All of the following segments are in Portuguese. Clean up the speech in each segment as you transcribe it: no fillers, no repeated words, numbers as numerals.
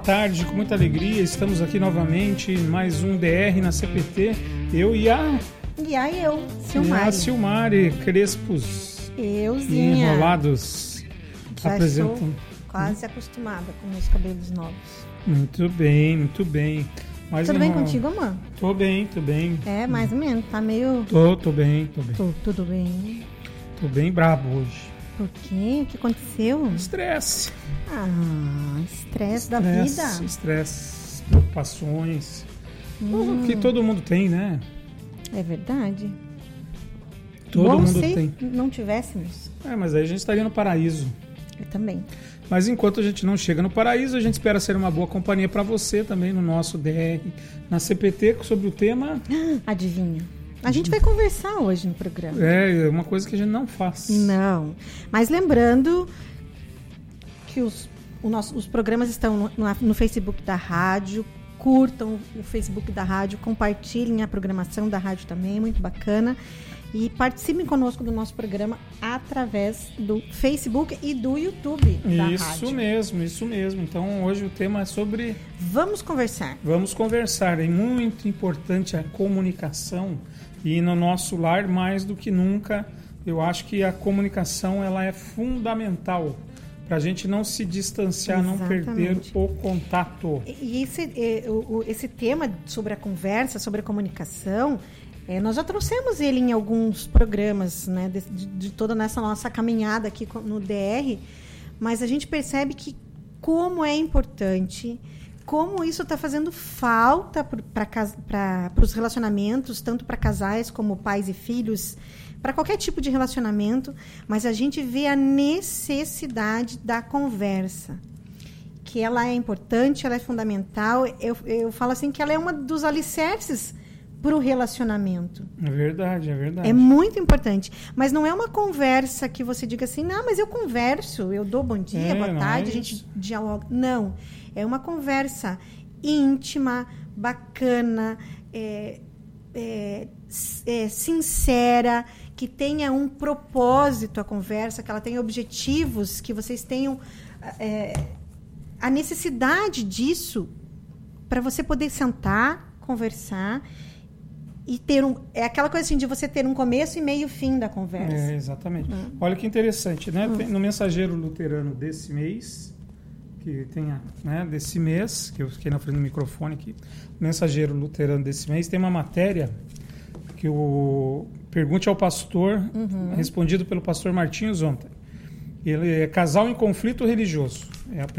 tarde, com muita alegria. Estamos aqui novamente em mais um DR na CPT. Eu e a... Silmari. E a Silmari, crespos Euzinha. Enrolados. Já apresentam. estou quase acostumada com meus cabelos novos. Muito bem, muito bem. Mais Tudo bem contigo, amor? Tô bem. É, mais ou menos. Tá meio... Tô bem. Tudo bem. Tô bem brabo hoje. Por quê? O que aconteceu? Estresse. Estresse da vida. Estresse, preocupações. Que todo mundo tem, né? É verdade. Todo mundo se tem. Não tivéssemos. Mas aí a gente estaria no paraíso. Eu também. Mas enquanto a gente não chega no paraíso, a gente espera ser uma boa companhia para você também no nosso DR, na CPT, sobre o tema... Adivinha? A gente vai conversar hoje no programa. É uma coisa que a gente não faz. Não. Mas lembrando que os programas estão no Facebook da rádio. Curtam o Facebook da rádio, compartilhem a programação da rádio também, muito bacana. E participem conosco do nosso programa através do Facebook e do YouTube da rádio. Isso mesmo. Então, hoje o tema é sobre... Vamos conversar. É muito importante a comunicação. E no nosso lar, mais do que nunca, eu acho que a comunicação ela é fundamental para a gente não se distanciar, Exatamente. Não perder o contato. E esse tema sobre a conversa, sobre a comunicação... nós já trouxemos ele em alguns programas, né, de toda nessa nossa caminhada aqui no DR, mas a gente percebe que como é importante, como isso está fazendo falta para os relacionamentos, tanto para casais como pais e filhos, para qualquer tipo de relacionamento, mas a gente vê a necessidade da conversa, que ela é importante, ela é fundamental. Eu falo assim que ela é uma dos alicerces para o relacionamento. É verdade. É muito importante. Mas não é uma conversa que você diga assim, não, mas eu converso, eu dou bom dia, boa tarde, a gente dialoga. Não. É uma conversa íntima, bacana, sincera, que tenha um propósito a conversa, que ela tenha objetivos, que vocês tenham a necessidade disso para você poder sentar, conversar e ter é aquela coisa assim de você ter um começo e meio e fim da conversa. Exatamente. Olha que interessante, né? No Mensageiro Luterano desse mês, que tem desse mês, que eu fiquei na frente do microfone aqui, Mensageiro Luterano desse mês, tem uma matéria que o Pergunte ao Pastor, respondido pelo pastor Martinhos ontem. Ele é casal em conflito religioso.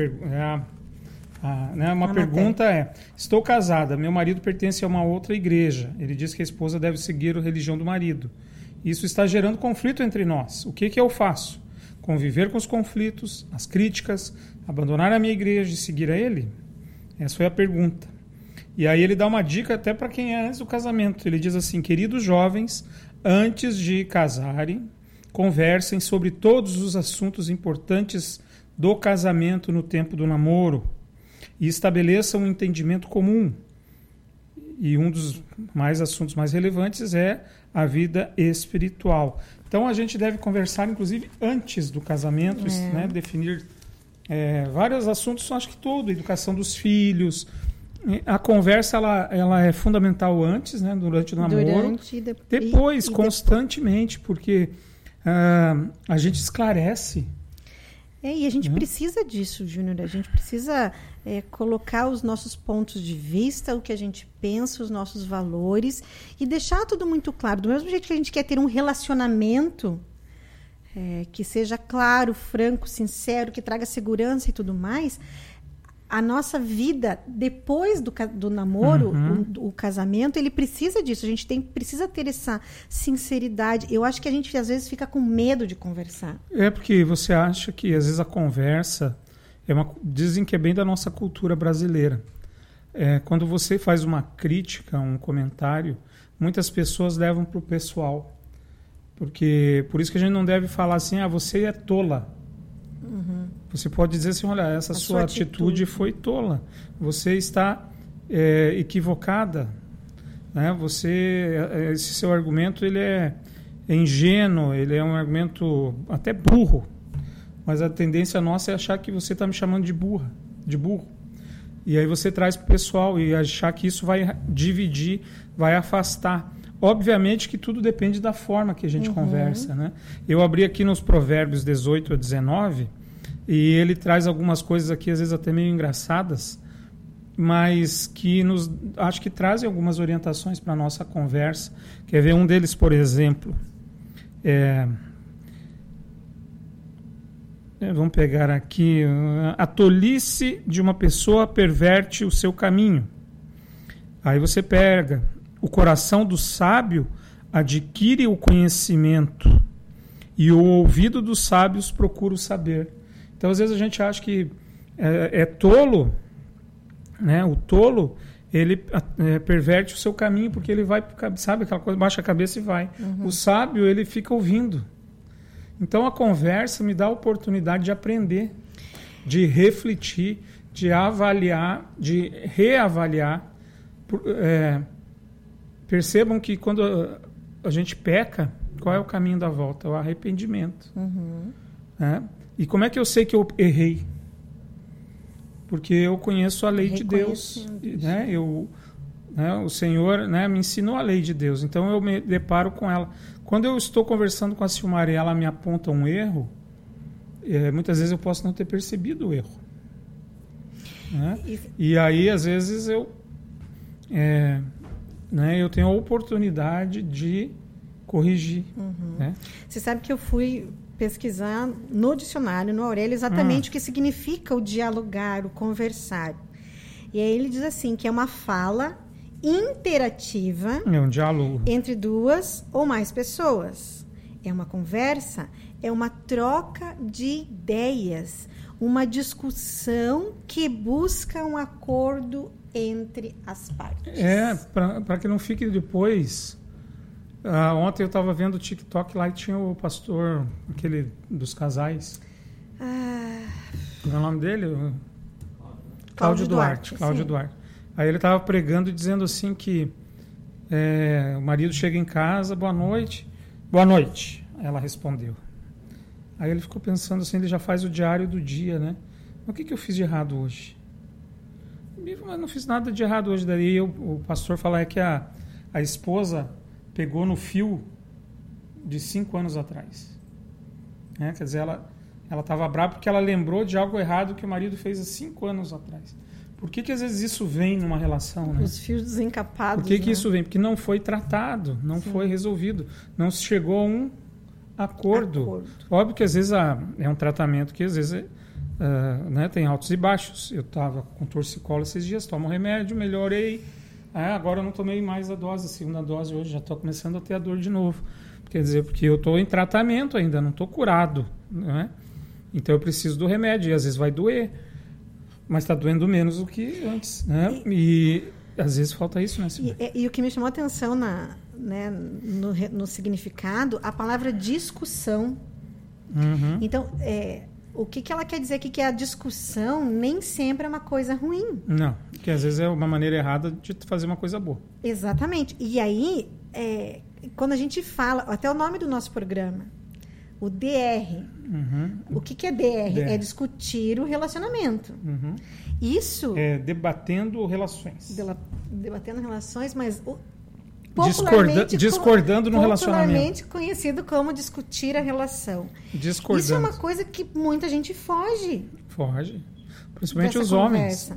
Uma pergunta estou casada, meu marido pertence a uma outra igreja. Ele diz que a esposa deve seguir a religião do marido. Isso está gerando conflito entre nós. O que eu faço? Conviver com os conflitos, as críticas, abandonar a minha igreja e seguir a ele? Essa foi a pergunta. E aí ele dá uma dica até para quem é antes do casamento. Ele diz assim: queridos jovens, antes de casarem, conversem sobre todos os assuntos importantes do casamento no tempo do namoro e estabeleçam um entendimento comum. E um dos assuntos mais relevantes é a vida espiritual. Então a gente deve conversar, inclusive, antes do casamento, definir vários assuntos, acho que tudo, educação dos filhos. A conversa ela é fundamental antes, durante o namoro, depois, constantemente, porque a gente esclarece. E a gente precisa disso, Júnior. A gente precisa colocar os nossos pontos de vista, o que a gente pensa, os nossos valores e deixar tudo muito claro. Do mesmo jeito que a gente quer ter um relacionamento que seja claro, franco, sincero, que traga segurança e tudo mais, a nossa vida depois do namoro, o casamento, ele precisa disso. A gente precisa ter essa sinceridade. Eu acho que a gente às vezes fica com medo de conversar. Porque você acha que às vezes a conversa dizem que é bem da nossa cultura brasileira. Quando você faz uma crítica, um comentário, muitas pessoas levam para o pessoal. Por isso que a gente não deve falar assim, você é tola. Você pode dizer assim, olha, essa sua atitude foi tola. Você está equivocada. Esse seu argumento ele é ingênuo, ele é um argumento até burro. Mas a tendência nossa é achar que você está me chamando de burro. E aí você traz para o pessoal e achar que isso vai dividir, vai afastar. Obviamente que tudo depende da forma que a gente conversa, né? Eu abri aqui nos Provérbios 18 a 19 e ele traz algumas coisas aqui, às vezes até meio engraçadas, mas que acho que trazem algumas orientações para a nossa conversa. Quer ver um deles, por exemplo? Vamos pegar aqui. A tolice de uma pessoa perverte o seu caminho. Aí você pega. O coração do sábio adquire o conhecimento e o ouvido dos sábios procura o saber. Então, às vezes a gente acha que é tolo, né? O tolo, ele perverte o seu caminho porque ele vai, sabe, aquela coisa, baixa a cabeça e vai. O sábio, ele fica ouvindo. Então, a conversa me dá a oportunidade de aprender, de refletir, de avaliar, de reavaliar. Percebam que quando a gente peca, qual é o caminho da volta? É o arrependimento. Né? E como é que eu sei que eu errei? Porque eu conheço a lei de Deus. Né? O Senhor, né, me ensinou a lei de Deus. Então eu me deparo com ela. Quando eu estou conversando com a Silmara e ela me aponta um erro, muitas vezes eu posso não ter percebido o erro. Né? E aí, às vezes, eu tenho a oportunidade de corrigir. Né? Você sabe que eu fui pesquisar no dicionário, no Aurélio, exatamente o que significa o dialogar, o conversar. E aí ele diz assim, que é uma fala interativa um diálogo entre duas ou mais pessoas. É uma conversa, é uma troca de ideias, uma discussão que busca um acordo entre as partes. Para que não fique depois. Ontem eu estava vendo o TikTok lá e tinha o pastor, aquele dos casais. Qual é o nome dele? Cláudio Duarte. Cláudio Duarte. Aí ele estava pregando e dizendo assim que o marido chega em casa, boa noite. Boa noite, ela respondeu. Aí ele ficou pensando assim, ele já faz o diário do dia, né? O que eu fiz de errado hoje? Eu não fiz nada de errado hoje. Daí o pastor fala que a esposa pegou no fio de 5 anos atrás. Quer dizer, ela estava brava porque ela lembrou de algo errado que o marido fez há 5 anos atrás. Por que às vezes isso vem numa relação? Né? Os fios desencapados. Por que isso vem? Porque não foi tratado, não foi resolvido. Não se chegou a um acordo. Óbvio que às vezes é um tratamento que às vezes tem altos e baixos. Eu estava com torcicolo esses dias, tomo remédio, melhorei. Agora eu não tomei mais a dose, a segunda dose hoje, já estou começando a ter a dor de novo. Quer dizer, porque eu estou em tratamento ainda, não estou curado. Né? Então eu preciso do remédio, e às vezes vai doer, mas está doendo menos do que antes. Né? E às vezes falta isso, né, Silvia? E o que me chamou a atenção no significado, a palavra discussão. Então, o que ela quer dizer aqui? Que a discussão nem sempre é uma coisa ruim. Não, que às vezes é uma maneira errada de fazer uma coisa boa. Exatamente. E aí, quando a gente fala, até o nome do nosso programa, o DR. O que é DR? É discutir o relacionamento. Isso... debatendo relações. Debatendo relações, mas... Discordando no relacionamento. Popularmente conhecido como discutir a relação. Discordando. Isso é uma coisa que muita gente foge. Principalmente os homens.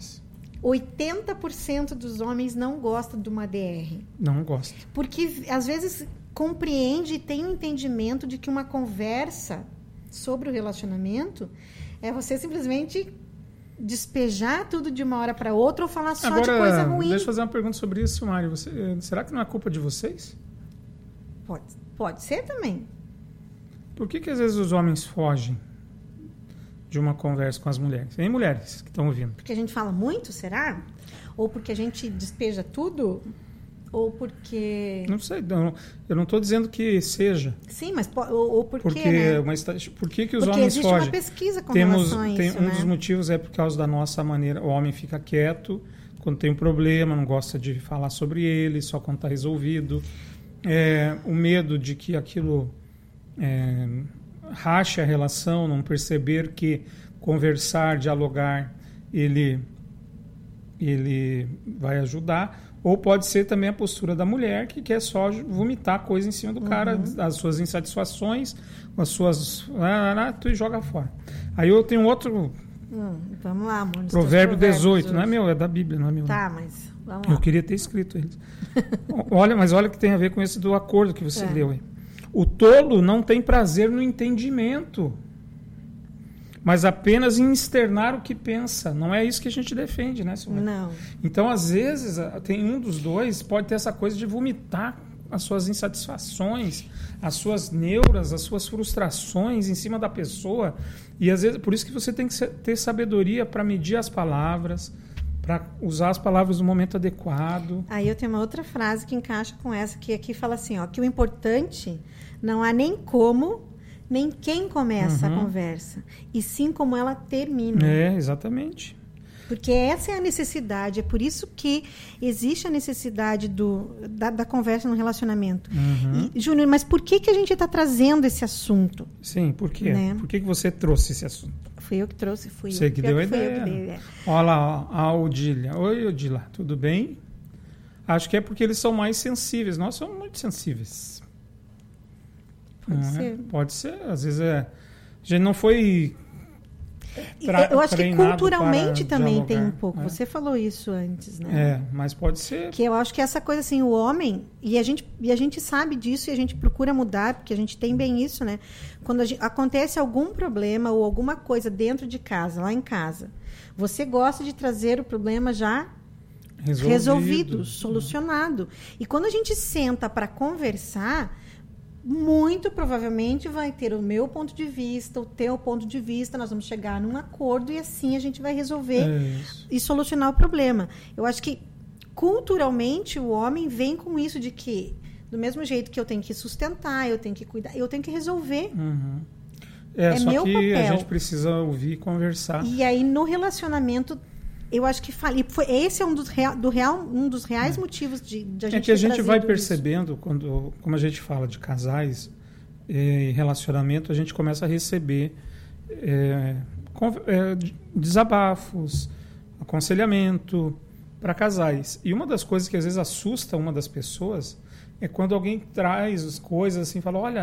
80% dos homens não gostam de uma DR. Não gostam. Porque, às vezes, compreende e tem um entendimento de que uma conversa sobre o relacionamento é você simplesmente despejar tudo de uma hora para outra ou falar só de coisa ruim. Deixa eu fazer uma pergunta sobre isso, Mário. Será que não é culpa de vocês? Pode ser também. Por que às vezes os homens fogem de uma conversa com as mulheres? Tem mulheres que estão ouvindo. Porque a gente fala muito, será? Ou porque a gente despeja tudo? Ou porque... Não sei, eu não estou dizendo que seja. Sim, mas ou por porque, quê, né? Por que os porque homens fogem? Porque existe uma pesquisa com relação a isso, Um dos motivos é por causa da nossa maneira. O homem fica quieto quando tem um problema, não gosta de falar sobre ele, só quando está resolvido. O medo de que aquilo rache a relação, não perceber que conversar, dialogar, ele ele vai ajudar. Ou pode ser também a postura da mulher que quer só vomitar coisa em cima do cara, as suas insatisfações, as suas... tu joga fora. Aí eu tenho outro... Vamos lá, amor. Provérbio 18, não é meu, é da Bíblia, não é meu. Tá, mas vamos lá. Eu queria ter escrito eles. Olha o que tem a ver com esse do acordo que você deu aí. O tolo não tem prazer no entendimento, mas apenas em externar o que pensa. Não é isso que a gente defende, né, Silvana? Não. Então, às vezes, tem um dos dois pode ter essa coisa de vomitar as suas insatisfações, as suas neuras, as suas frustrações em cima da pessoa. E, às vezes, por isso que você tem que ter sabedoria para medir as palavras, para usar as palavras no momento adequado. Aí eu tenho uma outra frase que encaixa com essa, que aqui fala assim, ó, que o importante não há nem como, nem quem começa a conversa, e sim como ela termina. É, exatamente. Porque essa é a necessidade, é por isso que existe a necessidade da conversa no relacionamento. E, Júnior, mas por que a gente está trazendo esse assunto? Sim, por quê? Né? Por que você trouxe esse assunto? Fui eu que trouxe, Você que deu a ideia. Olha lá, a Odília. Oi, Odília, tudo bem? Acho que é porque eles são mais sensíveis. Nós somos muito sensíveis. Pode ser. Pode ser. Às vezes a gente não foi... eu acho que culturalmente também dialogar, tem um pouco. Você falou isso antes, né? É, mas pode ser. Que eu acho que essa coisa assim, o homem, e a gente sabe disso e a gente procura mudar, porque a gente tem bem isso, né? Quando acontece algum problema ou alguma coisa dentro de casa, lá em casa, você gosta de trazer o problema já resolvido, solucionado. E quando a gente senta para conversar, muito provavelmente vai ter o meu ponto de vista, o teu ponto de vista, nós vamos chegar num acordo e assim a gente vai resolver e solucionar o problema. Eu acho que culturalmente o homem vem com isso de que, do mesmo jeito que eu tenho que sustentar, eu tenho que cuidar, eu tenho que resolver. Só meu que papel. A gente precisa ouvir e conversar. E aí no relacionamento, eu acho que esse é um dos reais motivos de a gente. É que a gente vai percebendo, como a gente fala de casais e relacionamento, a gente começa a receber desabafos, aconselhamento para casais. E uma das coisas que às vezes assusta uma das pessoas é quando alguém traz as coisas assim, fala, olha,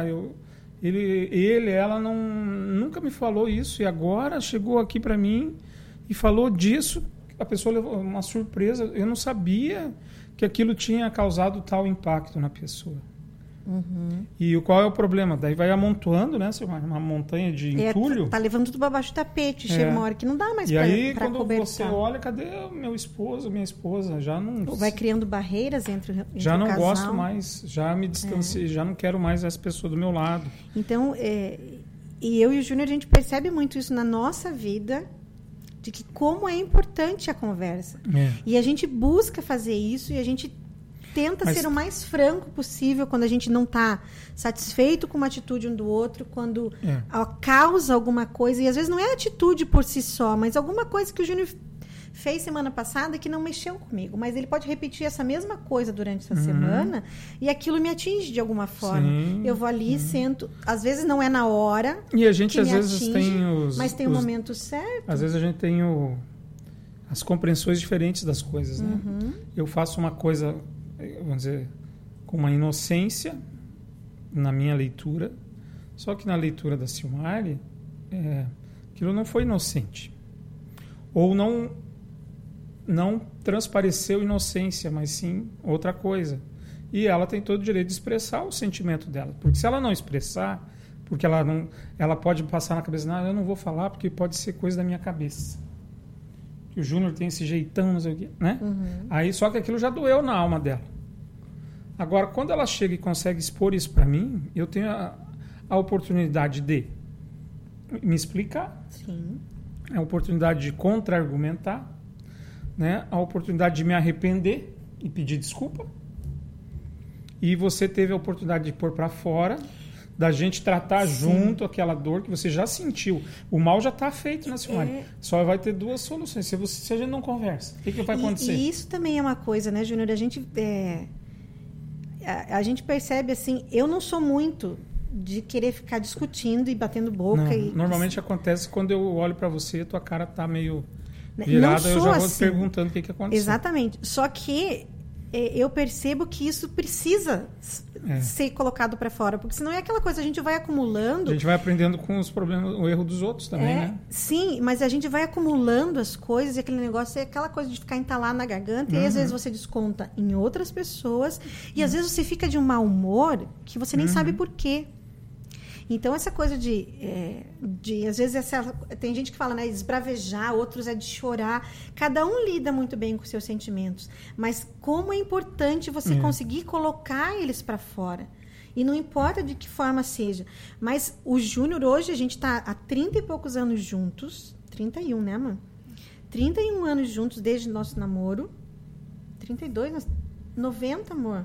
ela nunca me falou isso e agora chegou aqui para mim e falou disso. A pessoa levou uma surpresa. Eu não sabia que aquilo tinha causado tal impacto na pessoa. E qual é o problema? Daí vai amontoando, né? Uma montanha de entulho. Tá levando tudo para baixo do tapete. Chega uma hora que não dá mais para cobertar. E aí, quando você olha, cadê meu esposo, minha esposa? Já não... Vai criando barreiras entre já não o casal. Gosto mais. Já me distanciei. Já não quero mais essa pessoa do meu lado. Então, e eu e o Júnior, a gente percebe muito isso na nossa vida, de que como é importante a conversa. E a gente busca fazer isso e a gente tenta ser o mais franco possível quando a gente não está satisfeito com uma atitude um do outro, quando causa alguma coisa, e às vezes não é a atitude por si só, mas alguma coisa que o Júnior fez semana passada que não mexeu comigo, mas ele pode repetir essa mesma coisa durante essa semana e aquilo me atinge de alguma forma. Eu vou ali e sento, às vezes não é na hora e a gente que às me vezes atinge, tem mas tem o momento certo. Às vezes a gente tem as compreensões diferentes das coisas, né? Eu faço uma coisa, vamos dizer, com uma inocência na minha leitura, só que na leitura da Silmari, aquilo não foi inocente. Ou não transpareceu inocência, mas sim outra coisa. E ela tem todo o direito de expressar o sentimento dela. Porque se ela não expressar, porque ela pode passar na cabeça, não, eu não vou falar porque pode ser coisa da minha cabeça. Que o Júnior tem esse jeitão, não sei o quê, né? Aí, só que aquilo já doeu na alma dela. Agora, quando ela chega e consegue expor isso para mim, eu tenho a oportunidade de me explicar. Sim. A oportunidade de contra-argumentar, né? A oportunidade de me arrepender e pedir desculpa. E você teve a oportunidade de pôr para fora, da gente tratar junto aquela dor que você já sentiu. O mal já está feito, né, Silmari? Só vai ter duas soluções. Se a gente não conversa, o que vai acontecer? E isso também é uma coisa, né, Júnior? A gente percebe assim, eu não sou muito de querer ficar discutindo e batendo boca. Normalmente acontece quando eu olho para você, tua cara tá meio virada, eu já vou assim, perguntando o que aconteceu. Exatamente. Só que eu percebo que isso precisa ser colocado para fora, porque senão é aquela coisa, a gente vai acumulando. A gente vai aprendendo com os problemas, o erro dos outros também, né? Sim, mas a gente vai acumulando as coisas e aquele negócio é aquela coisa de ficar entalado na garganta e às vezes você desconta em outras pessoas e às vezes você fica de um mau humor que você nem sabe por quê. Então, essa coisa de às vezes, tem gente que fala, né, esbravejar, outros é de chorar. Cada um lida muito bem com seus sentimentos. Mas como é importante você conseguir colocar eles para fora. E não importa de que forma seja. Mas o Júnior, hoje, a gente está há 30 e poucos anos juntos. 31, né, amor? 31 anos juntos desde o nosso namoro. 32, 90, amor.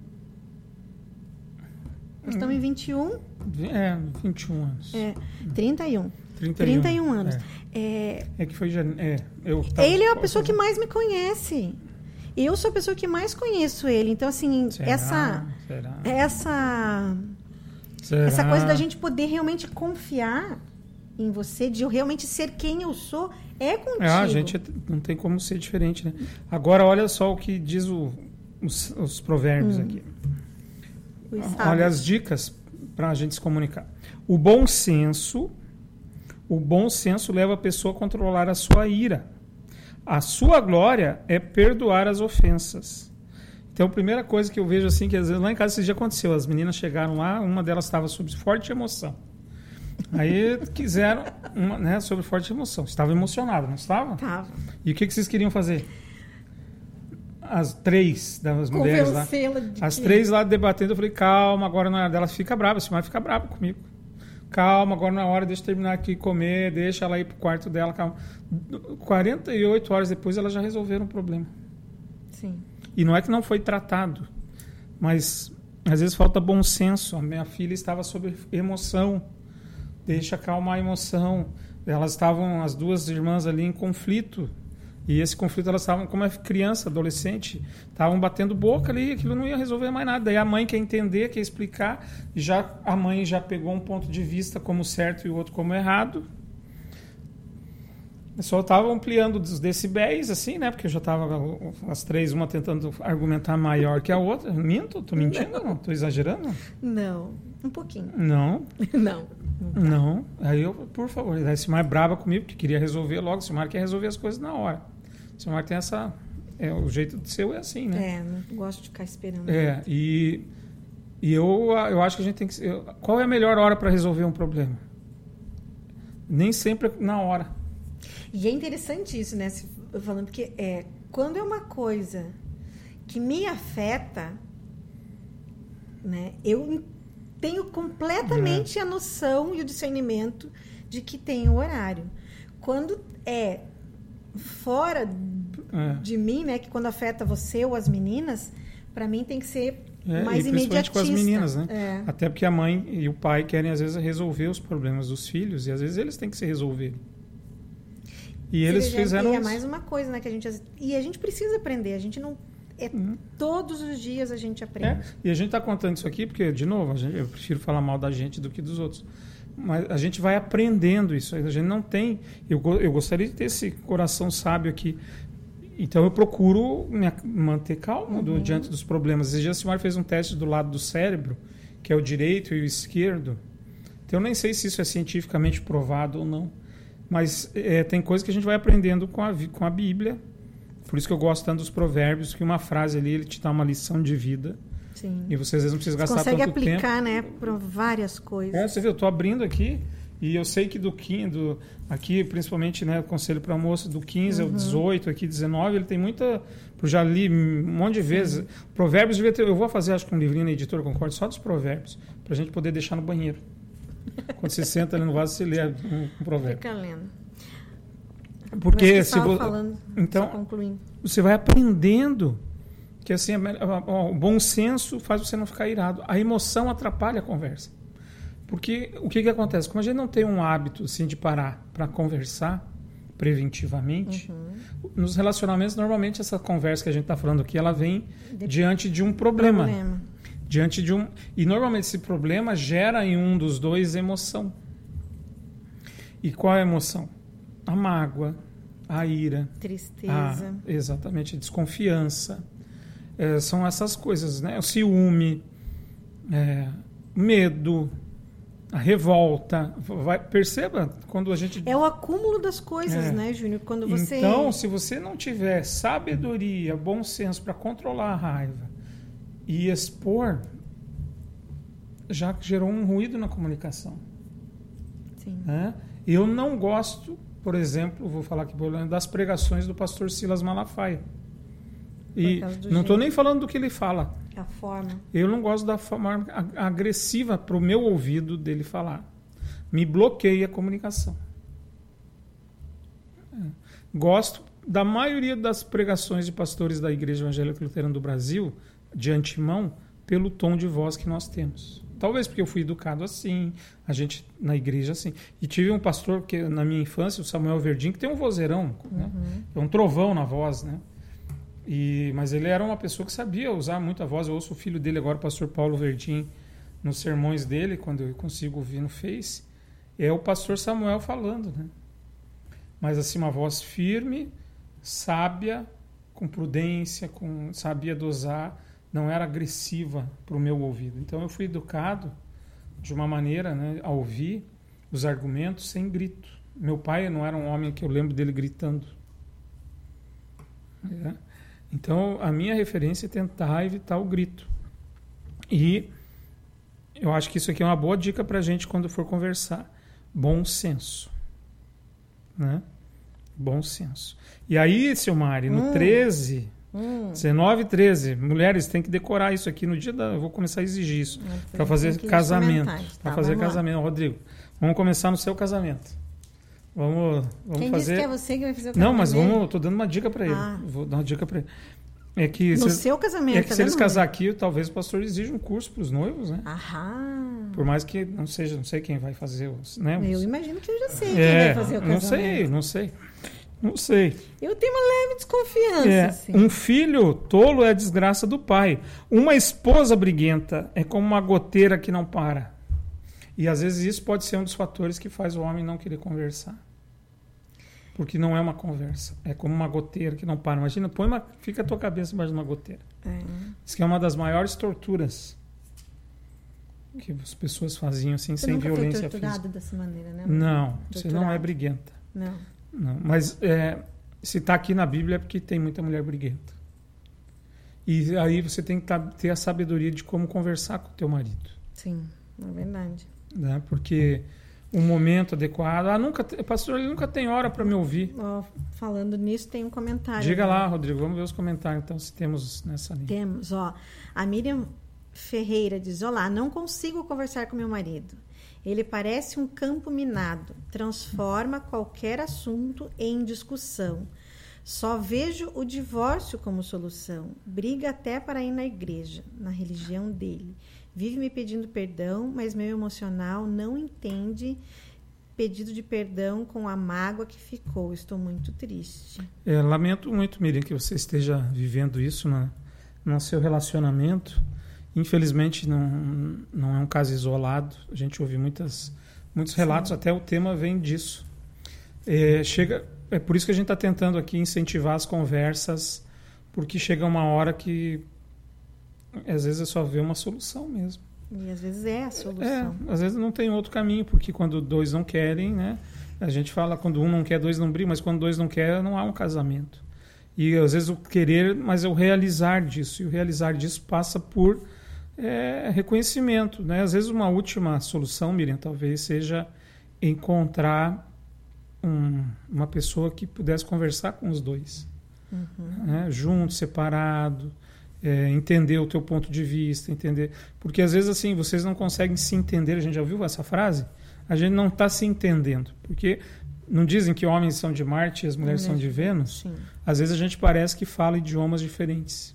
Nós estamos em 21. 21 anos. 31. 31 anos. Que foi ele é a pessoa que mais me conhece. Eu sou a pessoa que mais conheço ele. Então, assim, essa coisa da gente poder realmente confiar em você, de eu realmente ser quem eu sou, é contigo. A gente não tem como ser diferente, né? Agora, olha só o que diz os provérbios aqui. Olha as dicas para a gente se comunicar. O bom senso leva a pessoa a controlar a sua ira. A sua glória é perdoar as ofensas. Então, a primeira coisa que eu vejo assim, que às vezes lá em casa esse dia aconteceu, as meninas chegaram lá, uma delas estava sob forte emoção. Aí quiseram, sobre forte emoção. Estava emocionada, não estava? Estava. E o que vocês queriam fazer? As 3 das mulheres lá. As 3 lá debatendo, eu falei, calma, agora na hora dela fica brava, você vai ficar brava comigo. Calma, agora na hora, deixa eu terminar aqui comer, deixa ela ir pro quarto dela, calma. 48 horas depois, elas já resolveram o problema. Sim. E não é que não foi tratado, mas às vezes falta bom senso. A minha filha estava sob emoção, deixa acalmar a emoção. Elas estavam, as duas irmãs ali, em conflito. E esse conflito, elas estavam, como é criança, adolescente, estavam batendo boca ali, aquilo não ia resolver mais nada. Daí a mãe quer entender, quer explicar, a mãe já pegou um ponto de vista como certo e o outro como errado. Eu só estava ampliando os decibéis, assim, né? Porque eu já estava, as 3, uma tentando argumentar maior que a outra. Minto? Estou mentindo? Não? Estou exagerando? Não, um pouquinho. Não. Não. Aí eu, por favor, daí Silmar é brava comigo, porque queria resolver logo. Silmar quer resolver as coisas na hora. Silmar tem essa... o jeito de ser é assim, né? Não gosto de ficar esperando. E eu acho que a gente tem que... Qual é a melhor hora para resolver um problema? Nem sempre na hora. E é interessante isso, né? Falando, porque quando é uma coisa que me afeta, né? Eu tenho completamente a noção e o discernimento de que tem o horário. Quando é fora de mim, né? Que quando afeta você ou as meninas, para mim tem que ser mais imediatista. Com as meninas, né? Até porque a mãe e o pai querem, às vezes, resolver os problemas dos filhos e, às vezes, eles têm que se resolver. E eles fizeram... E é mais uma coisa, né? Que a gente precisa aprender. A gente não... Todos os dias a gente aprende. E a gente está contando isso aqui porque, de novo, eu prefiro falar mal da gente do que dos outros. Mas a gente vai aprendendo isso. A gente não tem... Eu gostaria de ter esse coração sábio aqui. Então, eu procuro me manter calmo diante dos problemas. Esse dia, a Silmar fez um teste do lado do cérebro, que é o direito e o esquerdo. Então, eu nem sei se isso é cientificamente provado ou não. Mas tem coisas que a gente vai aprendendo com a Bíblia. Por isso que eu gosto tanto dos provérbios, que uma frase ali, ele te dá uma lição de vida. Sim. E você às vezes não precisa gastar tanto tempo. Consegue aplicar, né, para várias coisas. Você viu, eu estou abrindo aqui, e eu sei que aqui, principalmente, né, o Conselho para Moças, do 15 ao 18, aqui 19, ele tem muita... Eu já li um monte de vezes. Provérbios devia ter... Eu vou fazer, acho que um livrinho na editora, concordo, só dos provérbios, para a gente poder deixar no banheiro. Quando você senta ali no vaso, você lê um provérbio. Fica lendo. Porque só concluindo. Você vai aprendendo que assim, o bom senso faz você não ficar irado. A emoção atrapalha a conversa. Porque o que acontece? Como a gente não tem um hábito assim, de parar para conversar preventivamente, nos relacionamentos, normalmente essa conversa que a gente está falando aqui, ela vem diante de um problema. E normalmente esse problema gera em um dos dois emoção. E qual é a emoção? A mágoa, a ira, tristeza. exatamente, a desconfiança. São essas coisas, né? O ciúme, medo, a revolta. Perceba quando a gente... É o acúmulo das coisas, né, Júnior? Quando você... Então, se você não tiver sabedoria, bom senso para controlar a raiva e expor, já gerou um ruído na comunicação. Sim. Né? Eu não gosto, por exemplo, vou falar aqui das pregações do pastor Silas Malafaia. E não estou nem falando do que ele fala. A forma. Eu não gosto da forma agressiva para o meu ouvido dele falar. Me bloqueia a comunicação. Gosto da maioria das pregações de pastores da Igreja Evangélica Luterana do Brasil, de antemão, pelo tom de voz que nós temos. Talvez porque eu fui educado assim, a gente na igreja assim. E tive um pastor que na minha infância, o Samuel Verdim, que tem um vozeirão, né? É um trovão na voz, né? Mas ele era uma pessoa que sabia usar muito a voz. Eu ouço o filho dele agora, o pastor Paulo Verdim, nos sermões dele, quando eu consigo ouvir no Face. É o pastor Samuel falando, né? Mas assim, uma voz firme, sábia, com prudência, sabia dosar, não era agressiva para o meu ouvido. Então eu fui educado de uma maneira, né, a ouvir os argumentos sem grito. Meu pai não era um homem que eu lembro dele gritando. Então, a minha referência é tentar evitar o grito. E eu acho que isso aqui é uma boa dica para a gente quando for conversar. Bom senso. Né? Bom senso. E aí, seu Mari, no 13, 19 e 13, mulheres, tem que decorar isso aqui no dia da... Eu vou começar a exigir isso para fazer casamento. Para fazer casamento. Rodrigo, vamos começar no seu casamento. Vamos Quem fazer... disse que é você que vai fazer o casamento? Não, mas tô dando uma dica para ele. Vou dar uma dica para ele. É que no seu casamento. É que se eles casar aqui, talvez o pastor exija um curso para os noivos, né? Por mais que não sei quem vai fazer, né? Eu imagino que eu já sei quem vai fazer o casamento. Não sei. Eu tenho uma leve desconfiança. Assim. Um filho tolo é a desgraça do pai. Uma esposa briguenta é como uma goteira que não para. E às vezes isso pode ser um dos fatores que faz o homem não querer conversar. Porque não é uma conversa. É como uma goteira que não para. Imagina, fica a tua cabeça embaixo de uma goteira. Isso que é uma das maiores torturas que as pessoas faziam assim, sem violência física. Você nunca foi torturado dessa maneira, né? Não, você não é briguenta. Não. Mas se está aqui na Bíblia é porque tem muita mulher briguenta. E aí você tem que ter a sabedoria de como conversar com o teu marido. Sim, é verdade. Né? Porque um momento adequado... pastor, ele nunca tem hora para me ouvir. Falando nisso, tem um comentário. Diga lá, Rodrigo, vamos ver os comentários, então, se temos nessa linha. Temos, a Miriam Ferreira diz: olá, não consigo conversar com meu marido. Ele parece um campo minado, transforma qualquer assunto em discussão. Só vejo o divórcio como solução. Briga até para ir na igreja, na religião dele. Vive me pedindo perdão, mas meu emocional não entende pedido de perdão com a mágoa que ficou. Estou muito triste. Lamento muito, Miriam, que você esteja vivendo isso no seu relacionamento. Infelizmente, não é um caso isolado. A gente ouve muitos relatos, até o tema vem disso. É por isso que a gente está tentando aqui incentivar as conversas, porque chega uma hora que às vezes é só ver uma solução mesmo. E às vezes é a solução. Às vezes não tem outro caminho, porque quando dois não querem, né? A gente fala, quando um não quer, dois não brigam, mas quando dois não querem, não há um casamento. E às vezes o querer, mas é o realizar disso. E o realizar disso passa por reconhecimento, né? Às vezes uma última solução, Miriam, talvez seja encontrar uma pessoa que pudesse conversar com os dois. Né? Junto, separado, entender o teu ponto de vista, entender. Porque às vezes assim, vocês não conseguem se entender. A gente já ouviu essa frase? A gente não está se entendendo. Porque não dizem que homens são de Marte e as mulheres são de Vênus? Sim. Às vezes a gente parece que fala idiomas diferentes.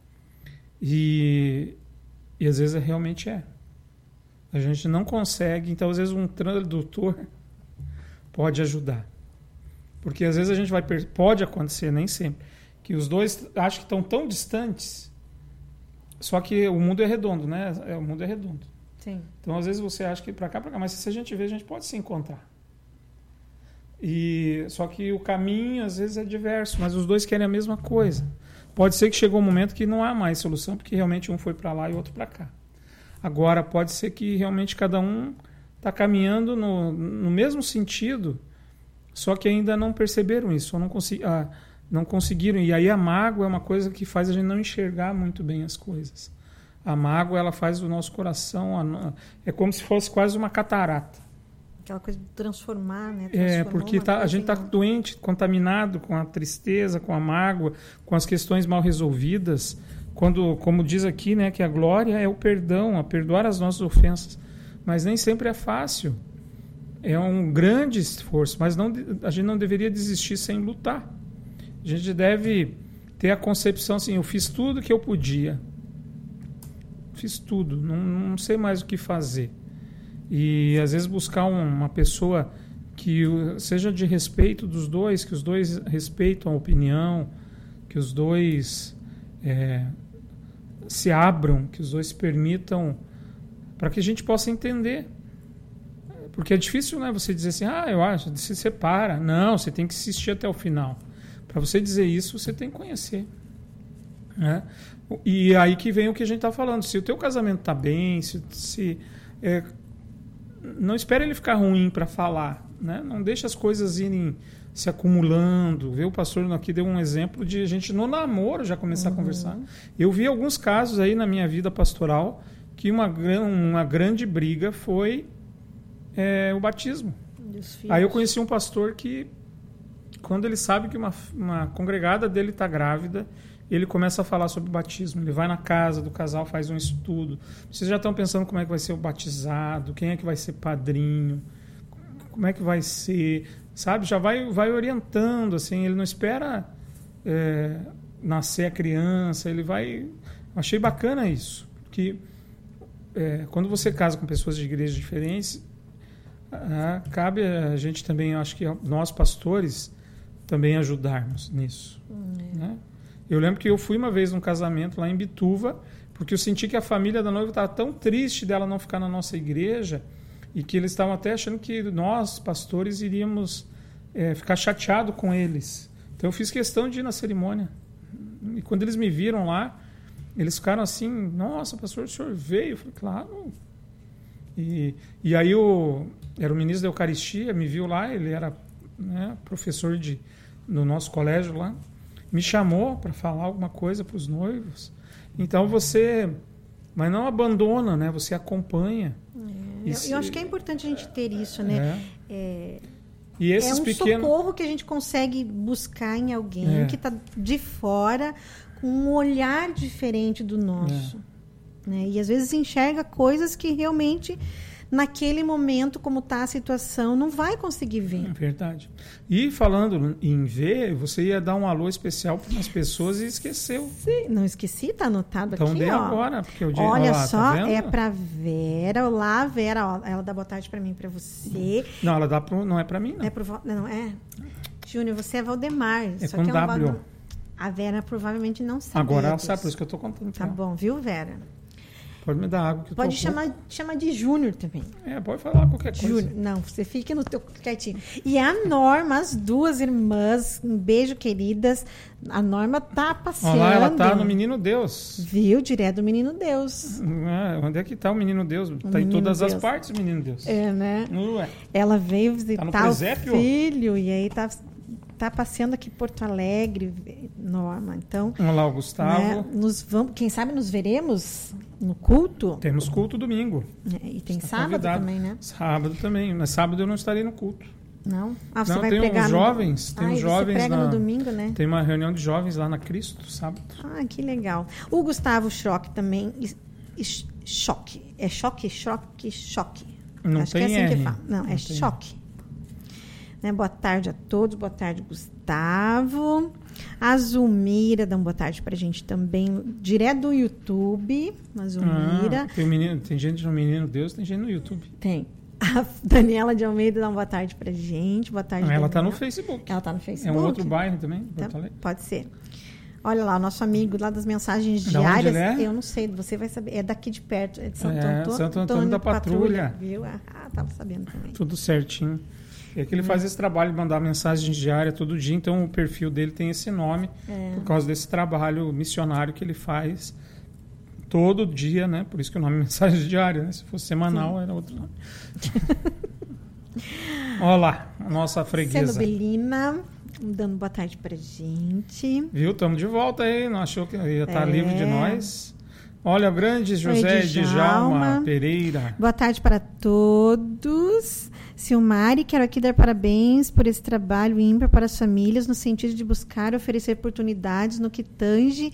E às vezes realmente é. A gente não consegue, então às vezes um tradutor pode ajudar. Porque às vezes a gente pode acontecer, nem sempre, que os dois acham que estão tão distantes, só que o mundo é redondo, né? O mundo é redondo. Sim. Então às vezes você acha que para cá, mas se a gente vê, a gente pode se encontrar. Só que o caminho, às vezes, é diverso, mas os dois querem a mesma coisa. Pode ser que chegou um momento que não há mais solução, porque realmente um foi para lá e o outro para cá. Agora, pode ser que realmente cada um está caminhando no mesmo sentido, só que ainda não perceberam isso, ou não conseguiram. E aí a mágoa é uma coisa que faz a gente não enxergar muito bem as coisas. A mágoa, ela faz o nosso coração... É como se fosse quase uma catarata. Aquela coisa de transformar, né? Porque a gente está doente, contaminado com a tristeza, com a mágoa, com as questões mal resolvidas. Como diz aqui, né, que a glória é o perdão, a perdoar as nossas ofensas. Mas nem sempre é fácil. É um grande esforço, mas a gente não deveria desistir sem lutar. A gente deve ter a concepção assim, eu fiz tudo que eu podia. Fiz tudo, não sei mais o que fazer. E às vezes buscar uma pessoa que seja de respeito dos dois, que os dois respeitam a opinião, que os dois se abram, que os dois se permitam, para que a gente possa entender. Porque é difícil, né, você dizer assim, eu acho, se separa. Não, você tem que assistir até o final. Para você dizer isso, você tem que conhecer. Né? E aí que vem o que a gente está falando. Se o teu casamento está bem, não espere ele ficar ruim para falar. Né? Não deixe as coisas irem se acumulando. O pastor aqui deu um exemplo de a gente no namoro já começar a conversar. Eu vi alguns casos aí na minha vida pastoral que uma grande briga foi o batismo. Aí eu conheci um pastor que, quando ele sabe que uma congregada dele está grávida, ele começa a falar sobre o batismo. Ele vai na casa do casal, faz um estudo. Vocês já estão pensando como é que vai ser o batizado, quem é que vai ser padrinho, como é que vai ser, sabe? Já vai orientando, assim. Ele não espera nascer a criança, ele vai... Achei bacana isso, porque quando você casa com pessoas de igrejas diferentes, cabe a gente também, acho que nós pastores, também ajudarmos nisso. Né? Eu lembro que eu fui uma vez num casamento lá em Bituva, porque eu senti que a família da noiva estava tão triste dela não ficar na nossa igreja, e que eles estavam até achando que nós, pastores, iríamos ficar chateados com eles. Então eu fiz questão de ir na cerimônia. E quando eles me viram lá, eles ficaram assim, nossa, pastor, o senhor veio? Eu falei, claro. E aí era o ministro da Eucaristia, me viu lá, ele era professor no nosso colégio lá, me chamou para falar alguma coisa para os noivos. Então mas não abandona, né? Você acompanha. Eu acho que é importante a gente ter isso, né? E esses socorro que a gente consegue buscar em alguém que está de fora, com um olhar diferente do nosso. Né? E às vezes enxerga coisas que realmente, naquele momento, como está a situação, não vai conseguir ver. É verdade. E falando em ver, você ia dar um alô especial para umas pessoas e esqueceu. Sim, não esqueci, está anotado então, aqui. Então dê agora, porque o dia... Olha só, tá para Vera. Olá, Vera. Ó, ela dá boa tarde para mim e para você. Não, ela dá não é para mim, não. Não é. Júnior, você é Valdemar. É com W. A Vera provavelmente não sabe. Agora ela sabe, por isso que eu estou contando. Tá bom, viu, Vera? Pode me dar água que eu pode chamar de Júnior também. Pode falar qualquer coisa. Júnior. Não, você fica no teu quietinho. E a Norma, as duas irmãs, um beijo, queridas. A Norma tá passeando. Olha lá, ela tá no Menino Deus. Viu? Direto do Menino Deus. Onde é que tá o Menino Deus? Tá em todas as partes o Menino Deus. Né? Não é. Ela veio visitar o filho e aí tá passeando aqui em Porto Alegre, Norma. Então, olha lá o Gustavo. Né, quem sabe nos veremos no culto? Temos culto domingo. E tem sábado também, né? Sábado também, mas sábado eu não estarei no culto. Não? Você vai tem pregar uns jovens, tem uns jovens prega no domingo, né? Tem uma reunião de jovens lá na Cristo, sábado. Que legal. O Gustavo Choque também, Choque. É Choque? Não Acho tem que é assim R. que fala. Não, é Choque. Né? Boa tarde a todos, boa tarde, Gustavo. A Zulmira dá uma boa tarde pra gente também, direto do YouTube. A Zulmira. Tem gente no Menino Deus, tem gente no YouTube. Tem. A Daniela de Almeida dá uma boa tarde pra gente. Boa tarde, Ela tá no Facebook. Ela tá no Facebook. É um outro bairro também, Porto Alegre. Pode ser. Olha lá, o nosso amigo lá das mensagens diárias. Eu não sei, você vai saber. É daqui de perto, é de Santo Antônio da Patrulha. Viu? Tava sabendo também. Tudo certinho. É que ele faz esse trabalho de mandar mensagem diária todo dia, então o perfil dele tem esse nome por causa desse trabalho missionário que ele faz todo dia, né? Por isso que o nome é mensagem diária, né? Se fosse semanal, era outro nome. Olha lá, a nossa freguesa. Celubelina, dando boa tarde pra gente. Viu? Estamos de volta aí, não achou que ia estar livre de nós? Olha, o grande José Djalma Pereira. Boa tarde para todos. Silmari, quero aqui dar parabéns por esse trabalho ímpar para as famílias, no sentido de buscar oferecer oportunidades no que tange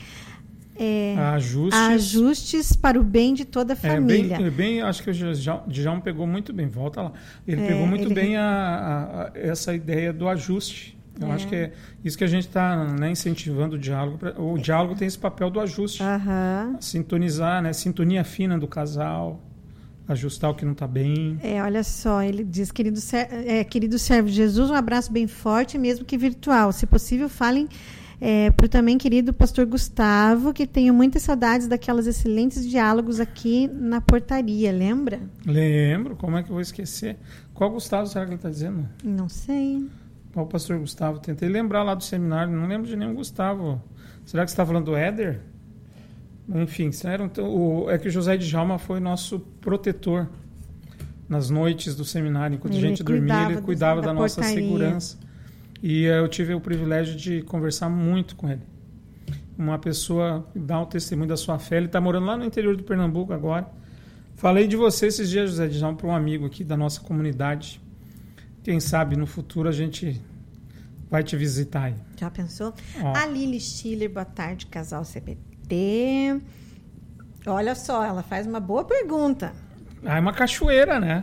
ajustes para o bem de toda a família. Acho que o Djalma pegou muito bem, volta lá. Ele pegou muito bem essa ideia do ajuste. Eu acho que é isso que a gente está, né, incentivando o diálogo. O diálogo tem esse papel do ajuste. Sintonizar, né, sintonia fina do casal, ajustar o que não está bem. Olha só, ele diz, querido servo de Jesus, um abraço bem forte, mesmo que virtual. Se possível, falem para o também querido pastor Gustavo, que tenho muitas saudades daquelas excelentes diálogos aqui na portaria, lembra? Lembro, como é que eu vou esquecer? Qual Gustavo será que ele está dizendo? Não sei. Qual o pastor Gustavo? Tentei lembrar lá do seminário, não lembro de nenhum Gustavo. Será que você está falando do Éder? Enfim, é que o José Djalma foi nosso protetor nas noites do seminário. Enquanto a gente dormia, ele cuidava da nossa segurança. E eu tive o privilégio de conversar muito com ele. Uma pessoa que dá um testemunho da sua fé. Ele está morando lá no interior do Pernambuco agora. Falei de você esses dias, José Djalma, para um amigo aqui da nossa comunidade. Quem sabe no futuro a gente vai te visitar aí. Já pensou? A Lili Schiller, boa tarde, casal CBT. Olha só, ela faz uma boa pergunta. É uma cachoeira, né?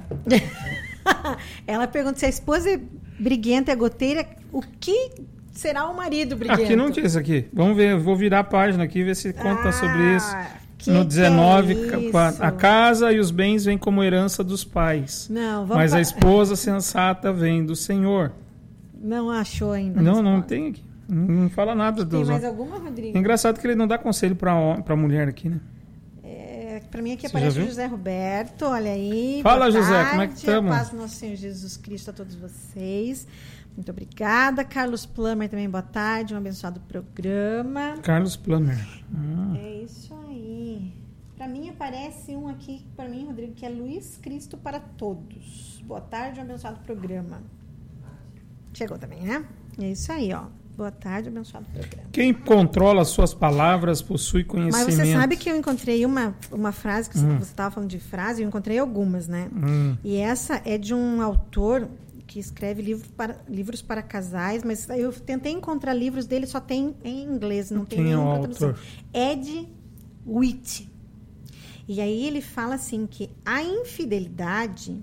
Ela pergunta se a esposa é briguenta, é goteira, o que será o marido briguento? Aqui não diz aqui. Vamos ver, eu vou virar a página aqui e ver se conta sobre isso. No 19, a casa e os bens vêm como herança dos pais. Mas a esposa sensata vem do Senhor. Não achou ainda. Não tem aqui. Não fala nada. Tem mais alguma, Rodrigo? É engraçado que ele não dá conselho para mulher aqui, né? Para mim aqui aparece o José Roberto, olha aí. Fala, José, como é que estamos? Paz do nosso Senhor Jesus Cristo a todos vocês. Muito obrigada. Carlos Plummer também, boa tarde. Um abençoado programa. Carlos Plummer. É isso aí. Para mim aparece um aqui, para mim, Rodrigo, que é Luiz Cristo para todos. Boa tarde, um abençoado programa. Chegou também, né? É isso aí, ó. Boa tarde, abençoado programa. Quem controla as suas palavras possui conhecimento. Mas você sabe que eu encontrei uma frase, que você estava falando de frase, eu encontrei algumas, né? E essa é de um autor que escreve livros para casais, mas eu tentei encontrar livros dele, só tem em inglês, não tem nenhuma tradução. Ed Witt. E aí ele fala assim que a infidelidade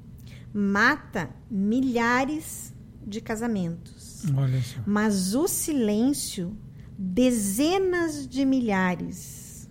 mata milhares de casamentos. Olha só. Mas o silêncio, dezenas de milhares.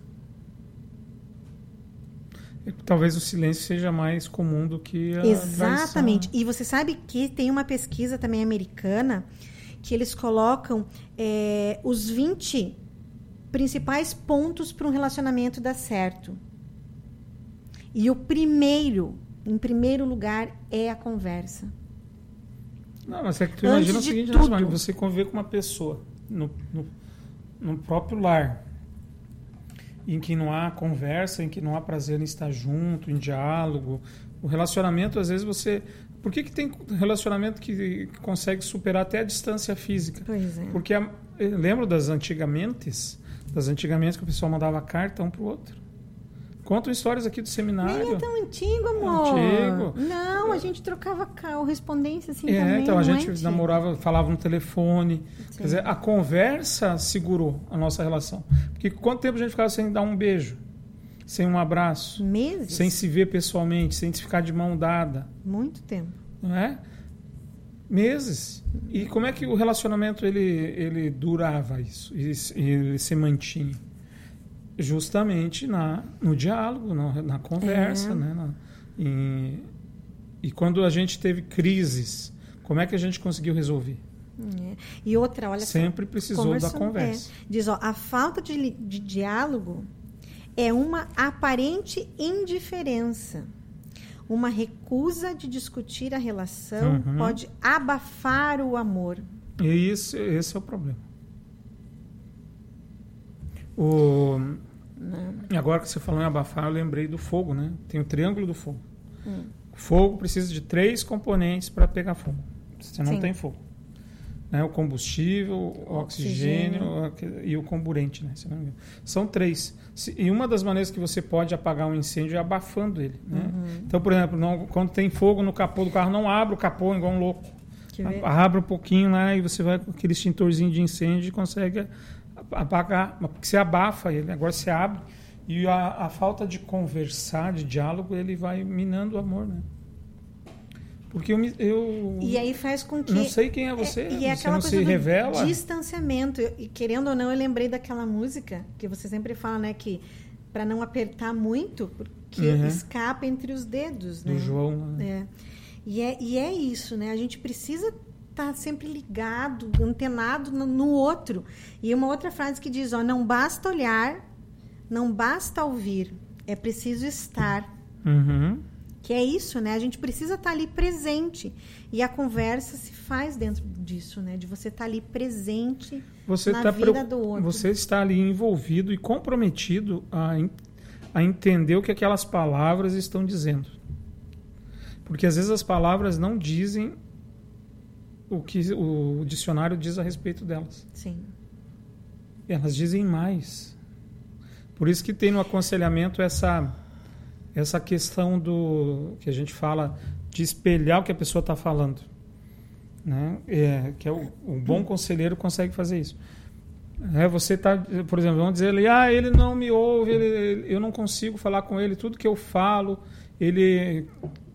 Talvez o silêncio seja mais comum do que a Exatamente. traição. E você sabe que tem uma pesquisa também americana que eles colocam os 20 principais pontos para um relacionamento dar certo. E o em primeiro lugar, é a conversa. Não, mas é que tu imagina o seguinte, você conviver com uma pessoa no próprio lar, em que não há conversa, em que não há prazer em estar junto, em diálogo. O relacionamento, às vezes, você... Por que tem relacionamento que consegue superar até a distância física? Pois é. Porque eu lembro das antigamente que o pessoal mandava carta um para o outro. Contam histórias aqui do seminário. Nem é tão antigo, amor. Antigo. Não, a gente trocava correspondência assim também. Então a gente namorava, falava no telefone. Sim. Quer dizer, a conversa segurou a nossa relação. Porque quanto tempo a gente ficava sem dar um beijo? Sem um abraço? Meses. Sem se ver pessoalmente, sem se ficar de mão dada. Muito tempo. Não é? Meses. E como é que o relacionamento ele durava isso? E ele se mantinha? Justamente no diálogo, na conversa, né? E quando a gente teve crises, como é que a gente conseguiu resolver? E outra, olha sempre precisou da conversa. Diz, ó, a falta de diálogo é uma aparente indiferença. uma recusa de discutir a relação pode abafar o amor. E esse é o problema. Agora que você falou em abafar, eu lembrei do fogo, né? Tem o triângulo do fogo. O fogo precisa de 3 componentes para pegar fogo. Você não tem fogo. Né? O combustível, o oxigênio e o comburente. Né? São 3. E uma das maneiras que você pode apagar um incêndio é abafando ele. Né? Então, por exemplo, quando tem fogo no capô do carro, não abra o capô igual um louco. Abra um pouquinho lá e você vai com aquele extintorzinho de incêndio e consegue apagar. Porque você abafa ele, agora você abre. E a falta de conversar, de diálogo, ele vai minando o amor, né? Porque eu e aí faz com que... Não sei quem é você, e é você não se revela. Distanciamento. E querendo ou não, eu lembrei daquela música que você sempre fala, né? Que para não apertar muito, porque escapa entre os dedos, né? Do João. Né? E é isso, né? A gente precisa estar sempre ligado, antenado no outro. E uma outra frase que diz, não basta olhar, não basta ouvir, é preciso estar. Que é isso, né? A gente precisa estar ali presente. E a conversa se faz dentro disso, né? De você estar ali presente na vida do outro. Você está ali envolvido e comprometido a entender o que aquelas palavras estão dizendo. Porque às vezes as palavras não dizem o que o dicionário diz a respeito delas. Sim. Elas dizem mais. Por isso que tem no aconselhamento essa questão do que a gente fala de espelhar o que a pessoa está falando, né? Que é o bom conselheiro consegue fazer isso. Você tá, por exemplo, vamos dizer ele não me ouve, eu não consigo falar com ele, tudo que eu falo ele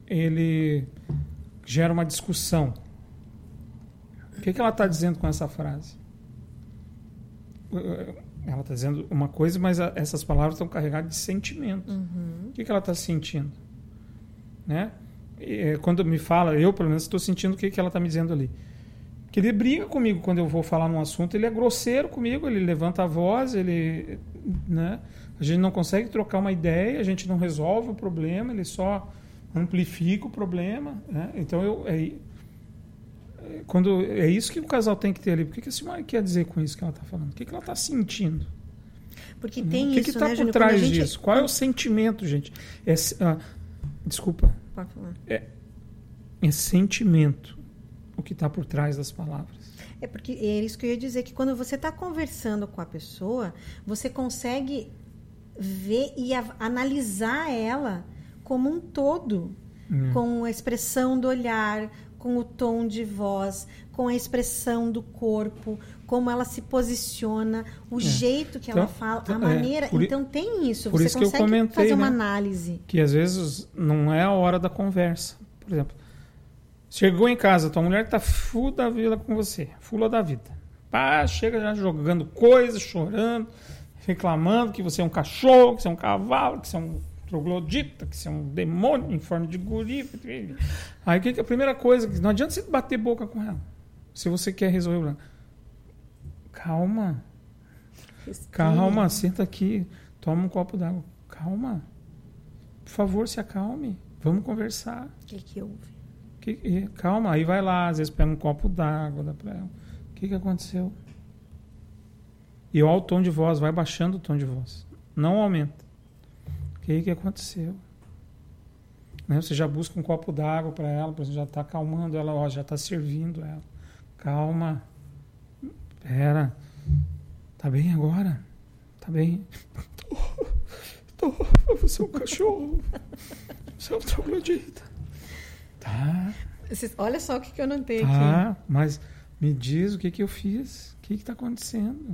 gera uma discussão. O que ela está dizendo com essa frase? Ela está dizendo uma coisa, mas essas palavras estão carregadas de sentimento. O que ela está sentindo? Né? Quando me fala, eu pelo menos estou sentindo o que ela está me dizendo ali. Que ele briga comigo quando eu vou falar num assunto, ele é grosseiro comigo, ele levanta a voz, né? A gente não consegue trocar uma ideia, a gente não resolve o problema, ele só amplifica o problema. Né? Então, quando é isso que o casal tem que ter ali. O que a senhora quer dizer com isso que ela está falando? O que ela está sentindo? Porque tem isso, o que está por trás disso? Qual é o sentimento, gente? Desculpa. Pode falar. É sentimento o que está por trás das palavras. É porque é isso que eu ia dizer, que quando você está conversando com a pessoa, você consegue ver e analisar ela como um todo, com a expressão do olhar, com o tom de voz, com a expressão do corpo, como ela se posiciona, o jeito que ela fala, a maneira. Então tem isso, você isso consegue fazer uma análise. Que às vezes não é a hora da conversa. Por exemplo, chegou em casa, tua mulher está full da vida com você, fula da vida. Chega já jogando coisas, chorando, reclamando que você é um cachorro, que você é um cavalo, que você é um troglodita, que você é um demônio em forma de guri. Aí a primeira coisa, não adianta você bater boca com ela. Se você quer resolver o problema. Calma. Calma, senta aqui, toma um copo d'água. Calma. Por favor, se acalme. Vamos conversar. O que houve? Calma, aí vai lá, às vezes pega um copo d'água, dá pra ela. O que aconteceu? E olha o tom de voz, vai baixando o tom de voz. Não aumenta. O que aconteceu? Né? Você já busca um copo d'água para ela, você já está acalmando ela, já está servindo ela. Calma. Pera. Tá bem agora? Tá bem? Você é um cachorro. Você é um troglodita. Tá. Olha só o que eu notei aqui. Mas me diz o que eu fiz. O que está acontecendo?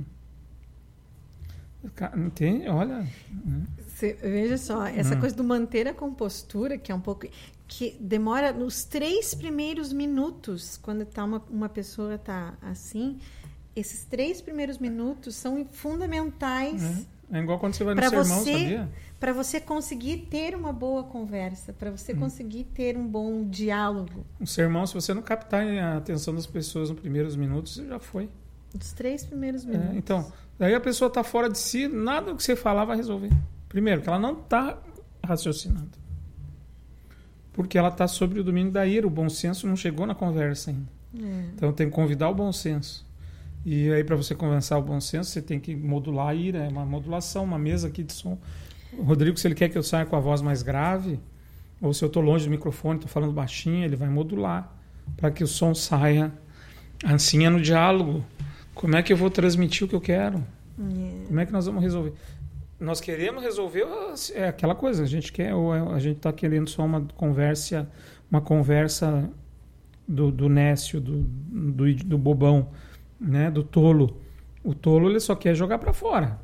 Entende? Olha. Veja só, essa coisa do manter a compostura, que é um pouco. Que demora nos 3 primeiros minutos, quando uma pessoa está assim, esses 3 primeiros minutos são fundamentais. É igual quando você vai no sermão, sabia? Para você conseguir ter uma boa conversa, para você conseguir ter um bom diálogo. Um sermão, se você não captar a atenção das pessoas nos primeiros minutos, você já foi. Nos 3 primeiros minutos. Então, daí a pessoa está fora de si, nada do que você falar vai resolver. Primeiro, que ela não está raciocinando. Porque ela está sob o domínio da ira. O bom senso não chegou na conversa ainda. Então tem que convidar o bom senso. E aí, para você conversar o bom senso, você tem que modular a ira. É uma modulação, uma mesa aqui de som. O Rodrigo, se ele quer que eu saia com a voz mais grave, ou se eu estou longe do microfone, estou falando baixinho, ele vai modular para que o som saia. Assim é no diálogo. Como é que eu vou transmitir o que eu quero? Como é que nós vamos resolver? Nós queremos resolver aquela coisa. A gente quer, ou a gente está querendo só uma conversa do nécio, do bobão, né? Do tolo. O tolo, ele só quer jogar para fora.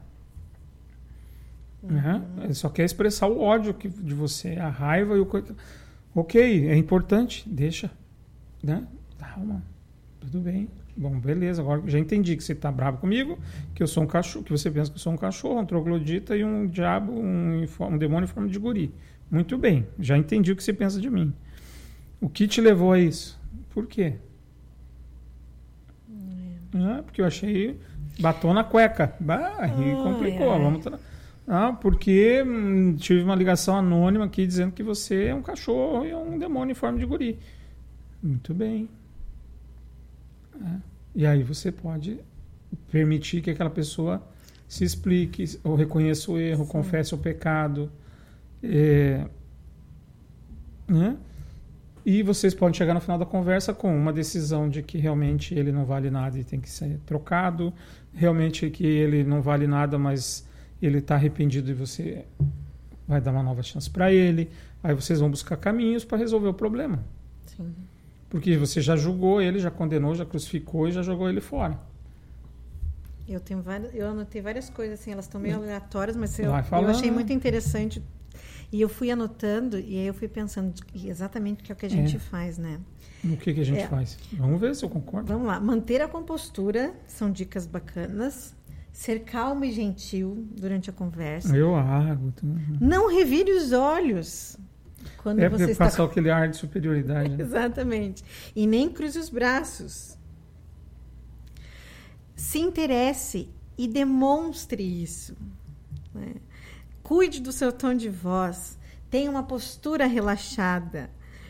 Né? Ele só quer expressar o ódio de você, a raiva e o... Ok, é importante, deixa. Né? Calma, tudo bem. Bom, beleza, agora já entendi que você está bravo comigo, que eu sou um cachorro, que você pensa que eu sou um cachorro, um troglodita e um diabo, um demônio em forma de guri. Muito bem, já entendi o que você pensa de mim. O que te levou a isso? Por quê? Porque eu achei batom na cueca. Aí complicou. Porque tive uma ligação anônima aqui dizendo que você é um cachorro e um demônio em forma de guri. Muito bem. E aí você pode permitir que aquela pessoa se explique, ou reconheça o erro, confesse o pecado. Né? E vocês podem chegar no final da conversa com uma decisão de que realmente ele não vale nada e tem que ser trocado, realmente que ele não vale nada, mas ele está arrependido e você vai dar uma nova chance para ele. Aí vocês vão buscar caminhos para resolver o problema. Sim. Porque você já julgou ele, já condenou, já crucificou e já jogou ele fora. Eu anotei várias coisas, assim, elas estão meio aleatórias, mas eu achei muito interessante. E eu fui anotando, e aí eu fui pensando exatamente o que é o que a gente faz, né? O que a gente faz? Vamos ver se eu concordo. Vamos lá. Manter a compostura, são dicas bacanas. Ser calmo e gentil durante a conversa. Não revire os olhos quando você está... passar aquele ar de superioridade. Né? Exatamente. E nem cruze os braços. Se interesse e demonstre isso. Né? Cuide do seu tom de voz. Tenha uma postura relaxada.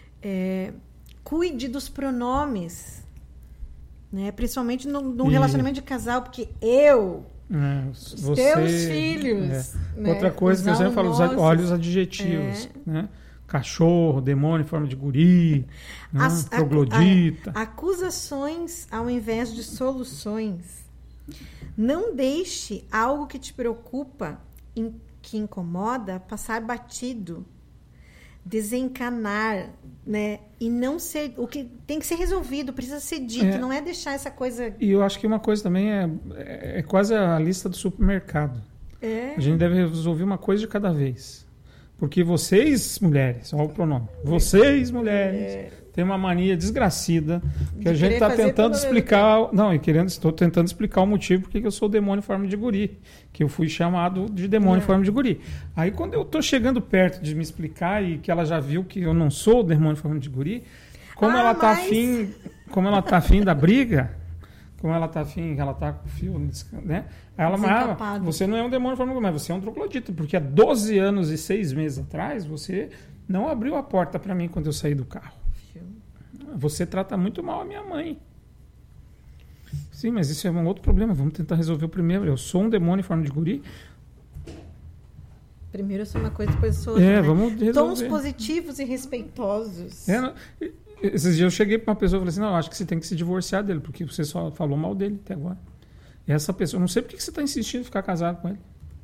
Cuide dos pronomes. Né? Principalmente num relacionamento de casal, porque os teus filhos. Né? Outra coisa que eu sempre falo, olha os adjetivos. Né? Cachorro, demônio em forma de guri, troglodita. Acusações ao invés de soluções. Não deixe algo que te preocupa, que incomoda, passar batido. Desencanar, né? E não ser... O que tem que ser resolvido, precisa ser dito, não é deixar essa coisa... E eu acho que uma coisa também é quase a lista do supermercado. A gente deve resolver uma coisa de cada vez. Porque vocês, mulheres, olha o pronome, vocês, mulheres, têm uma mania desgracida que a gente está tentando explicar... Estou tentando explicar o motivo porque eu sou o demônio em forma de guri, que eu fui chamado de demônio em forma de guri. Aí, quando eu estou chegando perto de me explicar e que ela já viu que eu não sou o demônio em forma de guri, como ela está afim da briga... Como ela está afim, ela está com o fio, né? Ela, você não é um demônio em forma de guri, mas você é um troglodita, porque há 12 anos e 6 meses atrás, você não abriu a porta para mim quando eu saí do carro. Você trata muito mal a minha mãe. Sim, mas isso é um outro problema. Vamos tentar resolver o primeiro. Eu sou um demônio em forma de guri. Primeiro eu sou uma coisa, depois eu sou outra. Né? Vamos resolver. Tons positivos e respeitosos. Esses dias eu cheguei para uma pessoa e falei assim, não, eu acho que você tem que se divorciar dele, porque você só falou mal dele até agora. E essa pessoa, não sei por que você está insistindo em ficar casado com ele.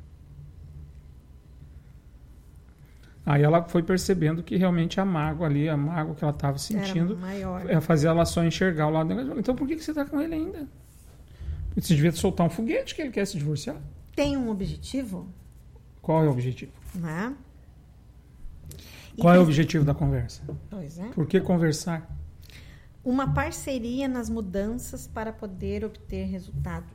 Aí ela foi percebendo que realmente a mágoa que ela estava sentindo, fazia ela só enxergar o lado negativo. Então por que você está com ele ainda? Você devia soltar um foguete que ele quer se divorciar. Tem um objetivo? Qual é o objetivo? Né? Qual é o objetivo da conversa? Pois é. Por que conversar? Uma parceria nas mudanças para poder obter resultados.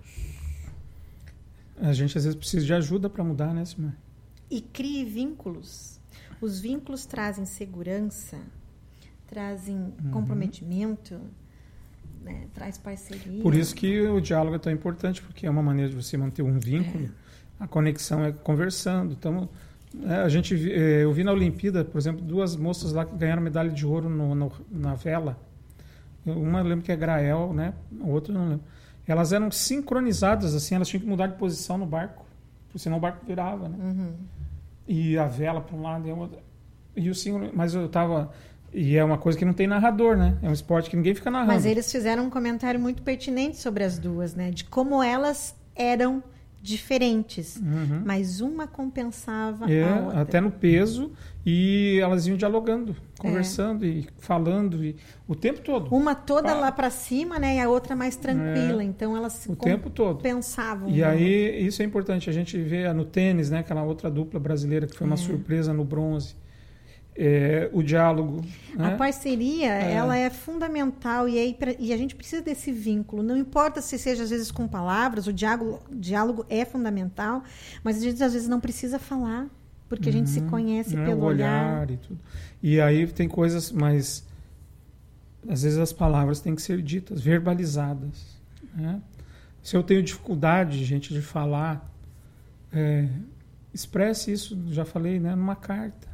A gente às vezes precisa de ajuda para mudar, né, Simone? E crie vínculos. Os vínculos trazem segurança, trazem comprometimento, né? Traz parceria. Por isso que o diálogo é tão importante, porque é uma maneira de você manter um vínculo. A conexão é conversando. Então, Eu vi na Olimpíada, por exemplo, 2 moças lá que ganharam medalha de ouro na vela. Uma eu lembro que é Grael, né? A outra eu não lembro. Elas eram sincronizadas, assim, elas tinham que mudar de posição no barco, porque senão o barco virava, né? Uhum. E a vela para um lado e a outra. Mas eu tava... E é uma coisa que não tem narrador, né? É um esporte que ninguém fica narrando. Mas eles fizeram um comentário muito pertinente sobre as duas, né? De como elas eram diferentes, mas uma compensava a outra. Até no peso, e elas iam dialogando, conversando e falando o tempo todo. Uma toda lá para cima, né, e a outra mais tranquila, então elas se tempo todo compensavam. E aí isso é importante, a gente vê no tênis, né, aquela outra dupla brasileira que foi uma surpresa no bronze. O diálogo, né? A parceria, ela é fundamental e a gente precisa desse vínculo. Não importa se seja às vezes com palavras, o diálogo é fundamental, mas a gente às vezes não precisa falar, porque a gente se conhece pelo olhar e tudo. E aí tem coisas, mas às vezes as palavras têm que ser ditas, verbalizadas, né? Se eu tenho dificuldade, gente, de falar, expresse isso, já falei, né, numa carta.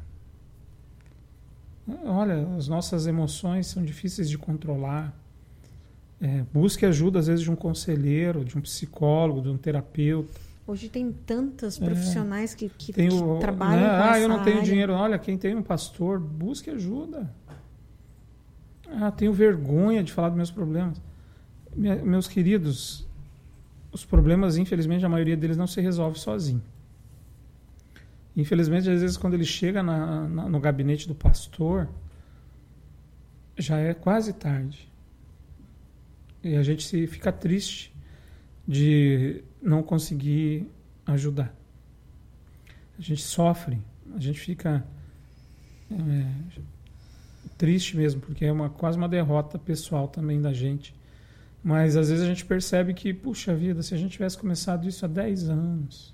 Olha, as nossas emoções são difíceis de controlar. Busque ajuda, às vezes, de um conselheiro, de um psicólogo, de um terapeuta. Hoje tem tantos profissionais que né? trabalham com essa eu não tenho área. dinheiro. Olha, quem tem um pastor, busque ajuda. Tenho vergonha de falar dos meus problemas. Meus queridos, os problemas, infelizmente, a maioria deles não se resolve sozinho. Infelizmente, às vezes, quando ele chega no gabinete do pastor, já é quase tarde. E a gente fica triste de não conseguir ajudar. A gente sofre, a gente fica triste mesmo, porque é quase uma derrota pessoal também da gente. Mas, às vezes, a gente percebe que, puxa vida, se a gente tivesse começado isso há 10 anos...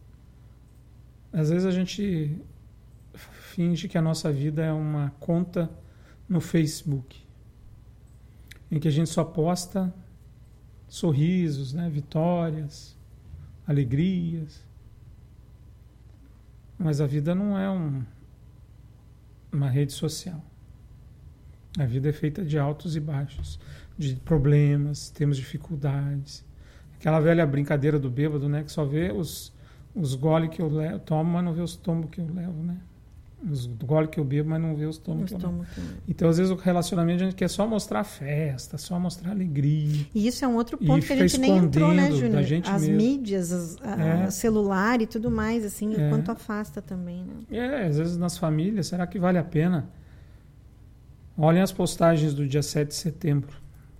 Às vezes a gente finge que a nossa vida é uma conta no Facebook, em que a gente só posta sorrisos, né, vitórias, alegrias. Mas a vida não é uma rede social. A vida é feita de altos e baixos, de problemas, temos dificuldades. Aquela velha brincadeira do bêbado, né, que só vê os gole que eu tomo, mas não vê os tombos que eu levo, né? Os gole que eu bebo, mas não vê os tombos que eu levo. Então, às vezes, o relacionamento a gente quer só mostrar festa, só mostrar alegria. E isso é um outro ponto que a gente nem entrou, né, Júnior? As mesmo. Mídias, celular e tudo mais, assim, o quanto afasta também, né? Às vezes nas famílias, será que vale a pena? Olhem as postagens do dia 7 de setembro.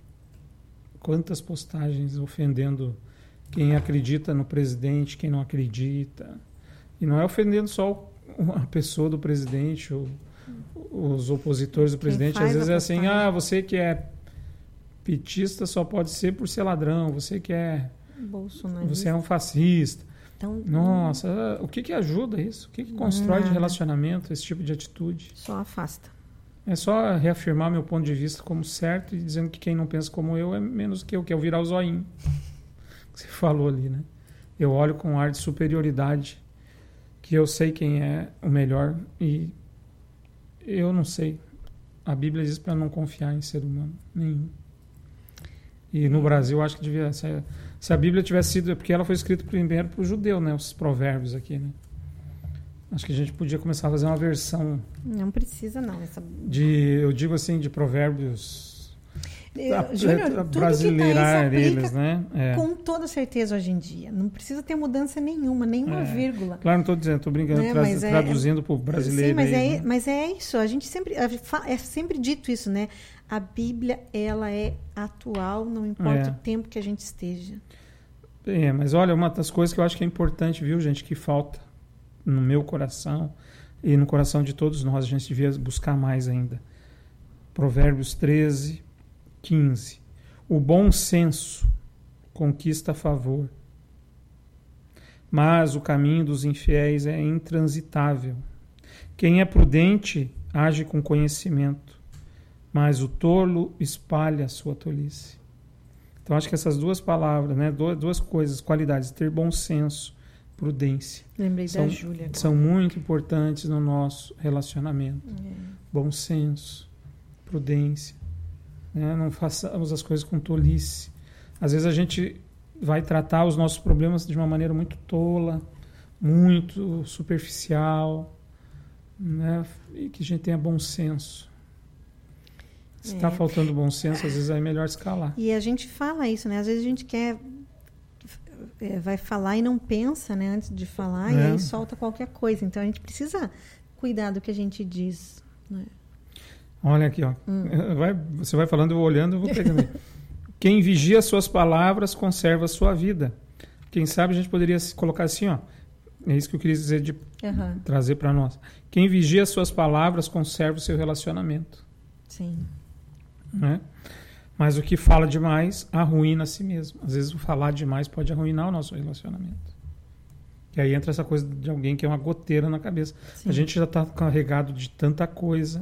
Quantas postagens ofendendo quem acredita no presidente, quem não acredita. E não é ofendendo só a pessoa do presidente ou os opositores do presidente. Às vezes é assim, você que é petista só pode ser por ser ladrão, você que é... Você é um fascista. Então, nossa, o que ajuda isso? O que constrói de relacionamento esse tipo de atitude? Só afasta. É só reafirmar meu ponto de vista como certo e dizendo que quem não pensa como eu é menos que eu, que é virar o zoinho. Você falou ali, né? Eu olho com um ar de superioridade, que eu sei quem é o melhor e eu não sei. A Bíblia diz para não confiar em ser humano nenhum. E no Brasil, acho que devia... Se a Bíblia tivesse sido... Porque ela foi escrita primeiro para o judeu, né? Os provérbios aqui, né? Acho que a gente podia começar a fazer uma versão... Não precisa, não. Eu digo assim, de provérbios... Júnior, brasileirar eles, né? Com toda certeza hoje em dia. Não precisa ter mudança nenhuma vírgula. Claro, não estou dizendo, estou brincando, traduzindo para o brasileiro. Sim, mas é isso. A gente sempre é sempre dito isso, né? A Bíblia, ela é atual, não importa o tempo que a gente esteja. Mas olha, uma das coisas que eu acho que é importante, viu, gente, que falta no meu coração e no coração de todos nós, a gente devia buscar mais ainda. Provérbios 13, 15. O bom senso conquista favor, mas o caminho dos infiéis é intransitável. Quem é prudente age com conhecimento, mas o tolo espalha a sua tolice. Então, acho que essas duas palavras, né, duas coisas, qualidades, ter bom senso, prudência. Lembrei da Júlia agora. São muito importantes no nosso relacionamento. Bom senso, prudência. Né? Não façamos as coisas com tolice. Às vezes a gente vai tratar os nossos problemas de uma maneira muito tola, muito superficial, né? E que a gente tenha bom senso. Se está faltando bom senso, às vezes é melhor escalar. E a gente fala isso, né? Às vezes a gente vai falar e não pensa, né? Antes de falar, e aí solta qualquer coisa. Então a gente precisa cuidar do que a gente diz, né? Olha aqui, ó. Você vai falando, eu vou olhando, eu vou pegando. Quem vigia suas palavras conserva a sua vida. Quem sabe a gente poderia colocar assim, ó. É isso que eu queria dizer de trazer para nós. Quem vigia suas palavras conserva o seu relacionamento. Sim. Né? Mas o que fala demais arruína a si mesmo. Às vezes o falar demais pode arruinar o nosso relacionamento. E aí entra essa coisa de alguém que é uma goteira na cabeça. Sim. A gente já está carregado de tanta coisa.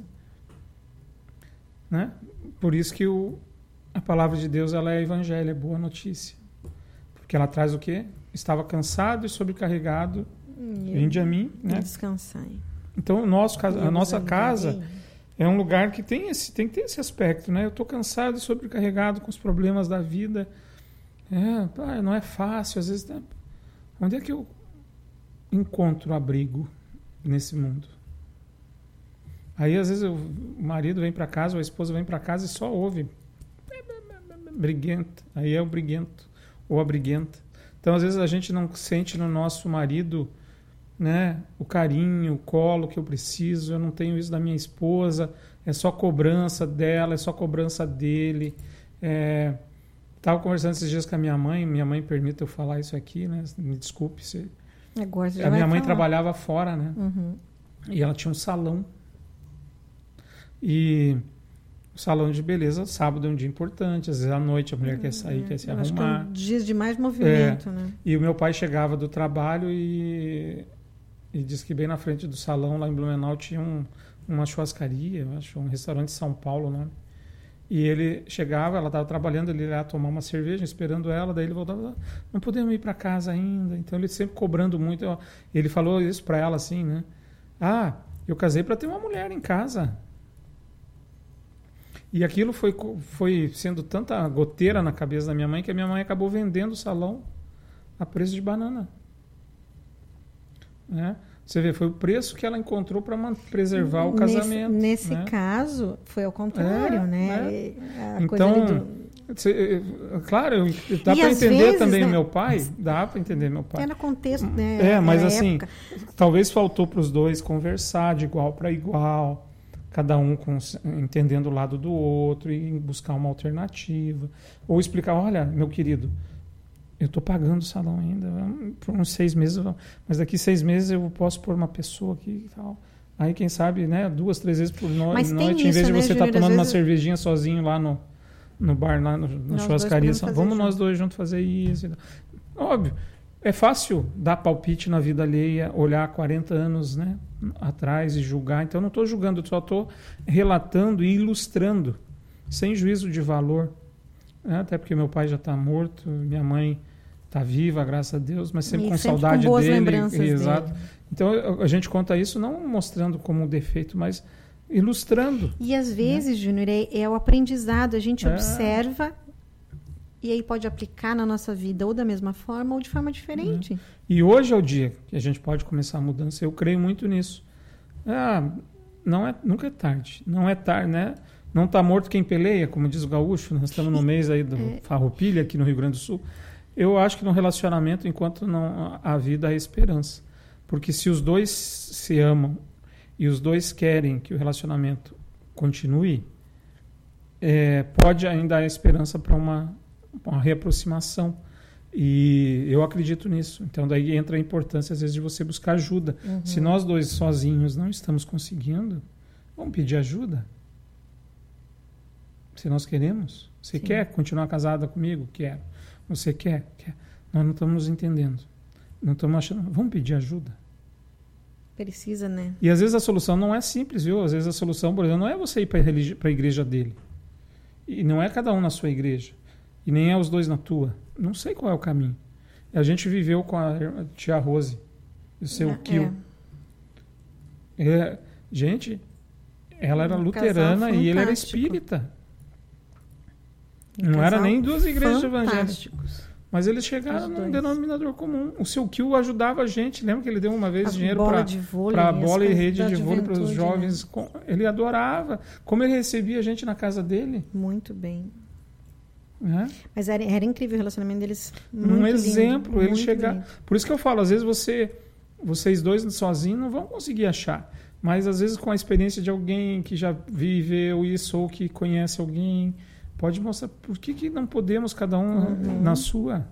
Né? Por isso que a palavra de Deus ela é evangelho, é boa notícia. Porque ela traz o quê? Estava cansado e sobrecarregado. Vinde a mim. Né? Descansai. Então a nossa casa é um lugar que tem que ter esse aspecto. Né? Eu estou cansado e sobrecarregado com os problemas da vida. Não é fácil. Às vezes, né? Onde é que eu encontro abrigo nesse mundo? Aí, às vezes, o marido vem para casa, ou a esposa vem para casa e só ouve. Briguenta. Aí é o briguento, ou a briguenta. Então, às vezes, a gente não sente no nosso marido, né, o carinho, o colo que eu preciso. Eu não tenho isso da minha esposa. É só cobrança dela, é só cobrança dele. Estava conversando esses dias com a minha mãe permite eu falar isso aqui, né? Me desculpe. Agora já a minha mãe trabalhava fora, né? E ela tinha um salão. E o salão de beleza, sábado é um dia importante, às vezes à noite a mulher quer sair, quer se arrumar. Acho que é um dias de mais movimento, né? E o meu pai chegava do trabalho e disse que bem na frente do salão, lá em Blumenau, tinha uma churrascaria, eu acho, um restaurante de São Paulo, né? E ele chegava, ela estava trabalhando, ele ia tomar uma cerveja, esperando ela, daí ele voltava, não podemos ir para casa ainda. Então ele sempre cobrando muito. Ele falou isso para ela assim, né? Eu casei para ter uma mulher em casa. E aquilo foi sendo tanta goteira na cabeça da minha mãe que a minha mãe acabou vendendo o salão a preço de banana. Né? Você vê, foi o preço que ela encontrou para preservar o casamento. Nesse né? caso, foi ao contrário, né? Então, claro, dá para entender vezes, também o meu pai. Dá para entender meu pai. É no contexto, né? Mas assim, talvez faltou para os dois conversar de igual para igual. Cada um entendendo o lado do outro e buscar uma alternativa. Ou explicar, olha, meu querido, eu estou pagando o salão ainda, por uns 6 meses, mas daqui 6 meses eu posso pôr uma pessoa aqui e tal. Aí, quem sabe, né, 2, 3 vezes por noite, em vez de você estar tomando uma cervejinha sozinho lá no bar, lá na churrascaria, vamos nós dois juntos fazer isso. Óbvio, é fácil dar palpite na vida alheia, olhar 40 anos, né, atrás e julgar. Então, eu não estou julgando, eu só estou relatando e ilustrando, sem juízo de valor. Até porque meu pai já está morto, minha mãe está viva, graças a Deus, mas sempre com saudade com boas dele. Lembranças exato. Dele. Então, a gente conta isso não mostrando como um defeito, mas ilustrando. E às vezes, Júnior, é o aprendizado. A gente observa e aí pode aplicar na nossa vida ou da mesma forma ou de forma diferente. E hoje é o dia que a gente pode começar a mudança. Eu creio muito nisso. Nunca é tarde. Não é tarde, né? Não está morto quem peleia, como diz o gaúcho. Nós estamos no mês aí do Farroupilha, aqui no Rio Grande do Sul. Eu acho que no relacionamento, enquanto não há vida, há esperança. Porque se os dois se amam e os dois querem que o relacionamento continue, pode ainda haver esperança para uma reaproximação. E eu acredito nisso. Então, daí entra a importância, às vezes, de você buscar ajuda. Se nós dois sozinhos não estamos conseguindo, vamos pedir ajuda. Se nós queremos. Você quer continuar casada comigo? Quero. Você quer? Nós não estamos nos entendendo. Não estamos achando. Vamos pedir ajuda. Precisa, né? E às vezes a solução não é simples, viu? Às vezes a solução, por exemplo, não é você ir para a igreja dele. E não é cada um na sua igreja. E nem é os dois na tua. Não sei qual é o caminho. A gente viveu com a tia Rose, o seu Kio. Gente, ela era luterana e ele era espírita. Não era nem duas igrejas evangélicas. Mas eles chegaram num denominador comum. O seu Kio ajudava a gente. Lembra que ele deu uma vez dinheiro para a bola e rede de vôlei para os jovens? Né? Ele adorava. Como ele recebia a gente na casa dele. Muito bem. É? Mas era incrível o relacionamento deles. Um exemplo. Ele chegar. Por isso que eu falo, às vezes vocês dois sozinhos não vão conseguir achar. Mas às vezes com a experiência de alguém que já viveu isso ou que conhece alguém... Pode mostrar por que não podemos cada um na sua.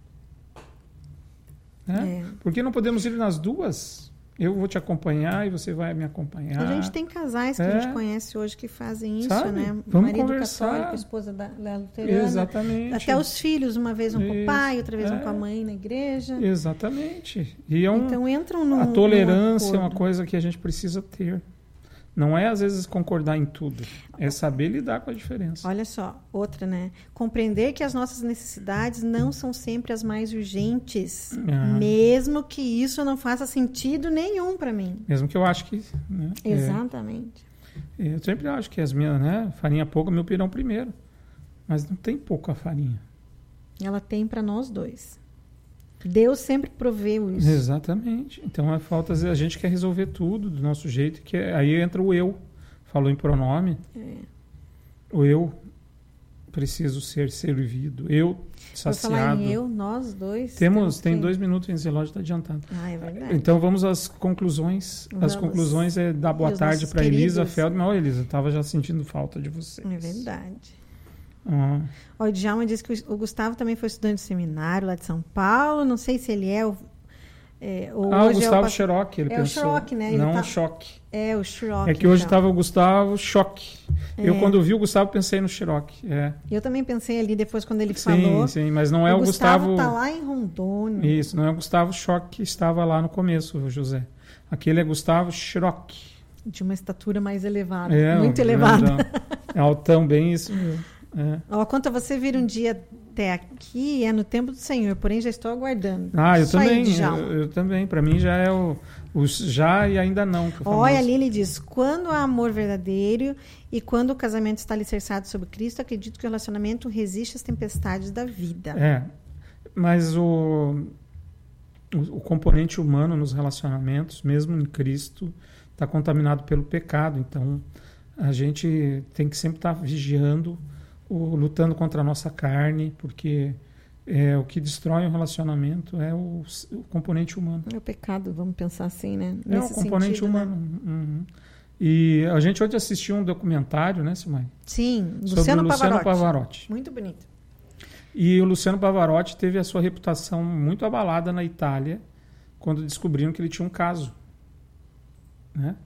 Né? Por que não podemos ir nas duas? Eu vou te acompanhar e você vai me acompanhar. A gente tem casais que a gente conhece hoje que fazem isso, sabe? né? Vamos marido conversar. católico, esposa da luterana. Exatamente. Até os filhos, uma vez vão com o pai, outra vez vão com a mãe na igreja. Exatamente. E então entram a tolerância é uma coisa que a gente precisa ter. Não é, às vezes, concordar em tudo. É saber lidar com a diferença. Olha só, outra, né? Compreender que as nossas necessidades não são sempre as mais urgentes. Mesmo que isso não faça sentido nenhum para mim. Mesmo que eu acho que... Né, exatamente. Eu sempre acho que as minhas, né? Farinha pouca, meu pirão primeiro. Mas não tem pouca farinha. Ela tem para nós dois. Deus sempre proveu isso. Exatamente. Então a gente quer resolver tudo do nosso jeito, aí entra o eu. Falou em pronome. O eu preciso ser servido. Eu saciado. Vou falar em eu, nós dois. Tem 2 minutos, esse relógio está adiantado. É verdade. Então vamos às conclusões. As conclusões é dar boa tarde para Elisa Feldman. Olha, Elisa, estava já sentindo falta de vocês. É verdade. O Djalma disse que o Gustavo também foi estudante de seminário lá de São Paulo. Não sei se ele o Gustavo Cherok, ele pensou. O Cherok, né? Não o Choque. O Cherok. É que hoje estava o Gustavo Choque. Eu, quando vi o Gustavo, pensei no Cherok. Eu também pensei ali depois quando ele falou. Sim, mas não é o Gustavo... está lá em Rondônia. Isso, não é o Gustavo Choque que estava lá no começo, José. Aquele é Gustavo Cherok. De uma estatura mais elevada. Muito elevada. É altão, bem isso mesmo. Quanto a você vir um dia até aqui, é no tempo do Senhor, porém já estou aguardando. Eu também. Eu também. Para mim já é o já e ainda não. Olha, a Lili diz, quando há amor verdadeiro e quando o casamento está alicerçado sobre Cristo, acredito que o relacionamento resiste às tempestades da vida. Mas o componente humano nos relacionamentos, mesmo em Cristo, está contaminado pelo pecado. Então, a gente tem que sempre estar vigiando, lutando contra a nossa carne, porque o que destrói um relacionamento é o componente humano. É o pecado, vamos pensar assim, né? Nesse o componente sentido, humano. Né? Uhum. E a gente hoje assistiu um documentário, né, Simone? Sim, Luciano Pavarotti. Muito bonito. E o Luciano Pavarotti teve a sua reputação muito abalada na Itália quando descobriram que ele tinha um caso, né?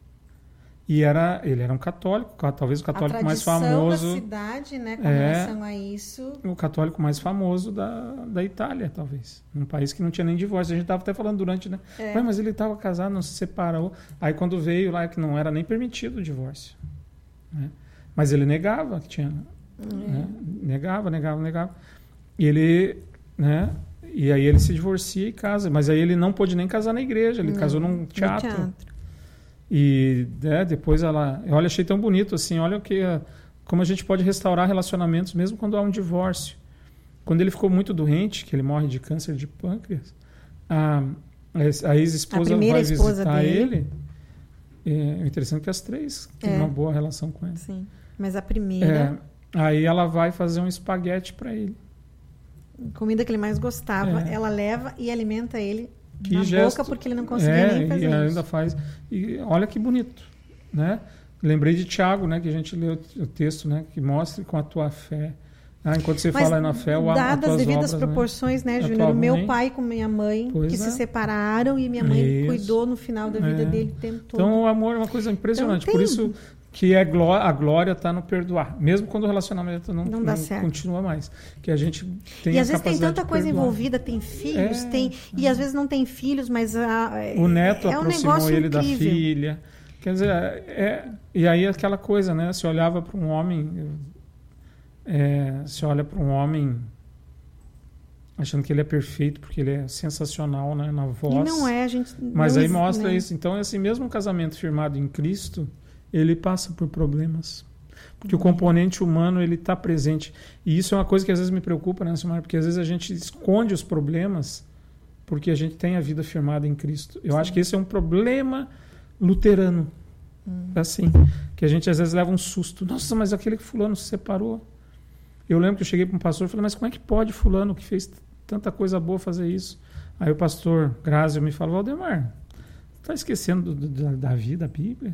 E ele era um católico, talvez o católico mais famoso. A cidade, né, com relação a isso. O católico mais famoso da Itália, talvez. Um país que não tinha nem divórcio. A gente estava até falando durante, né? Mas ele estava casado, não se separou. Aí quando veio lá, que não era nem permitido o divórcio. Né? Mas ele negava que tinha. Né? Negava. E ele, né? E aí ele se divorcia e casa. Mas aí ele não pôde nem casar na igreja. Ele casou num teatro. E depois olha, achei tão bonito assim, olha como a gente pode restaurar relacionamentos mesmo quando há um divórcio. Quando ele ficou muito doente, que ele morre de câncer de pâncreas, a ex-esposa vai visitar ele. É interessante que as três têm uma boa relação com ele. Sim, mas a primeira... aí ela vai fazer um espaguete para ele. Comida que ele mais gostava, ela leva e alimenta ele na gesto, boca, porque ele não conseguia nem fazer e isso. Ainda faz. E olha que bonito, né? Lembrei de Tiago, né? Que a gente leu o texto, né? Que mostre com a tua fé. Enquanto você fala na fé, dadas as devidas proporções, né, Júnior? O meu pai com minha mãe, se separaram e minha mãe cuidou no final da vida dele o tempo todo. Então o amor é uma coisa impressionante. Por isso que a glória está no perdoar, mesmo quando o relacionamento não dá certo. Continua mais, que a gente tem e às vezes tem tanta coisa envolvida, tem filhos, e às vezes não tem filhos, mas o neto aproximou ele da filha, quer dizer, e aí aquela coisa, né? Se olhava para um homem, se olha para um homem achando que ele é perfeito, porque ele é sensacional, né, na voz. E não é, a gente... Mas não aí mostra né? isso. Então, esse mesmo casamento firmado em Cristo, ele passa por problemas. Porque o componente humano, ele está presente. E isso é uma coisa que às vezes me preocupa, né, Silmar? Porque às vezes a gente esconde os problemas porque a gente tem a vida firmada em Cristo. Eu acho que esse é um problema luterano. Assim, que a gente às vezes leva um susto. Nossa, mas aquele que fulano se separou. Eu lembro que eu cheguei para um pastor e falei, mas como é que pode fulano que fez tanta coisa boa fazer isso? Aí o pastor Grazi me falou, Valdemar, está esquecendo da vida, da Bíblia?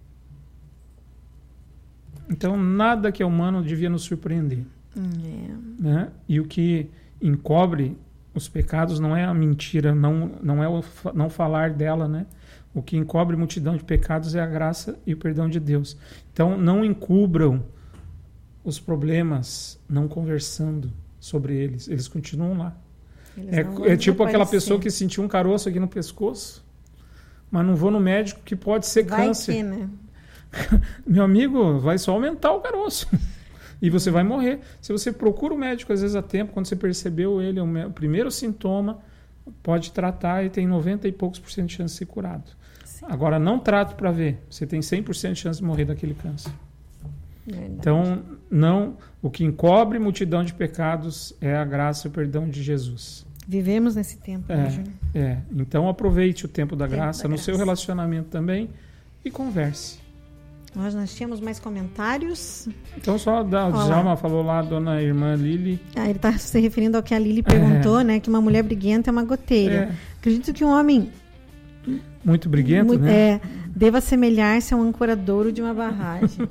Então, nada que é humano devia nos surpreender. Né? E o que encobre os pecados não é a mentira, não é o não falar dela, né? O que encobre multidão de pecados é a graça e o perdão de Deus. Então, não encubram os problemas não conversando sobre eles. Eles continuam lá. É tipo aquela pessoa que sentiu um caroço aqui no pescoço, mas não vou no médico que pode ser câncer. Vai que, né? Meu amigo, vai só aumentar o caroço. E você vai morrer. Se você procura o médico, às vezes a tempo, quando você percebeu ele, o primeiro sintoma, pode tratar e tem 90 e poucos % de chance de ser curado. Sim. Agora, não trate para ver. Você tem 100% de chance de morrer daquele câncer. Verdade. Então, o que encobre multidão de pecados é a graça e o perdão de Jesus. Vivemos nesse tempo. Então, aproveite o tempo da graça no seu relacionamento também e converse. Nós tínhamos mais comentários. Então, só o Djalma falou lá, a dona irmã Lili. Ele está se referindo ao que a Lili perguntou, né? Que uma mulher briguenta é uma goteira. Acredito que um homem... Muito briguento, né? Deva assemelhar-se a um ancoradouro de uma barragem.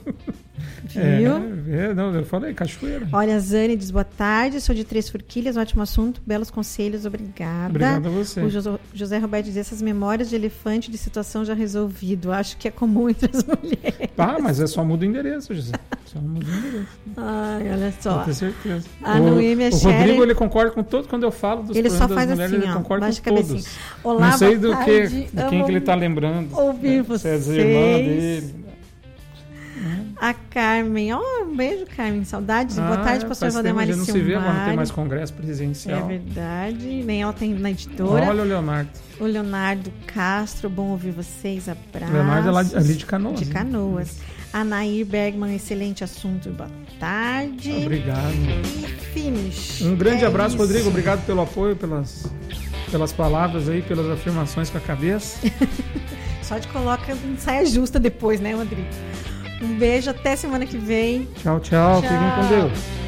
Viu? Não, eu falei, cachoeira. Olha, a Zane diz, boa tarde, sou de Três Forquilhas, ótimo assunto, belos conselhos, obrigada. Obrigado a você. O José Roberto diz, essas memórias de elefante de situação já resolvido, acho que é comum entre as mulheres. Mas é só muda o endereço, José. Só muda o endereço. Ai, olha só. Com certeza. O Rodrigo, ele concorda com todos quando eu falo dos problemas das mulheres, ele concorda com todos. Olá, não sei de quem que ele está lembrando. Ouvir vocês. Se é a irmã dele. A Carmen, um beijo, Carmen, saudades. Boa tarde, pastor Valdemar e Silmar. Não se vê, agora não tem mais congresso presencial. É verdade, nem ela tem na editora. Olha o Leonardo. O Leonardo Castro, bom ouvir vocês, abraços. O Leonardo é ali de Canoas. De Canoas. A Nair Bergman, excelente assunto, boa tarde. Obrigado. E finish. Um grande abraço, isso. Rodrigo, obrigado pelo apoio, pelas palavras aí, pelas afirmações com a cabeça. Só te coloca em saia justa depois, né, Rodrigo? Um beijo, até semana que vem. Tchau. Fiquem com Deus.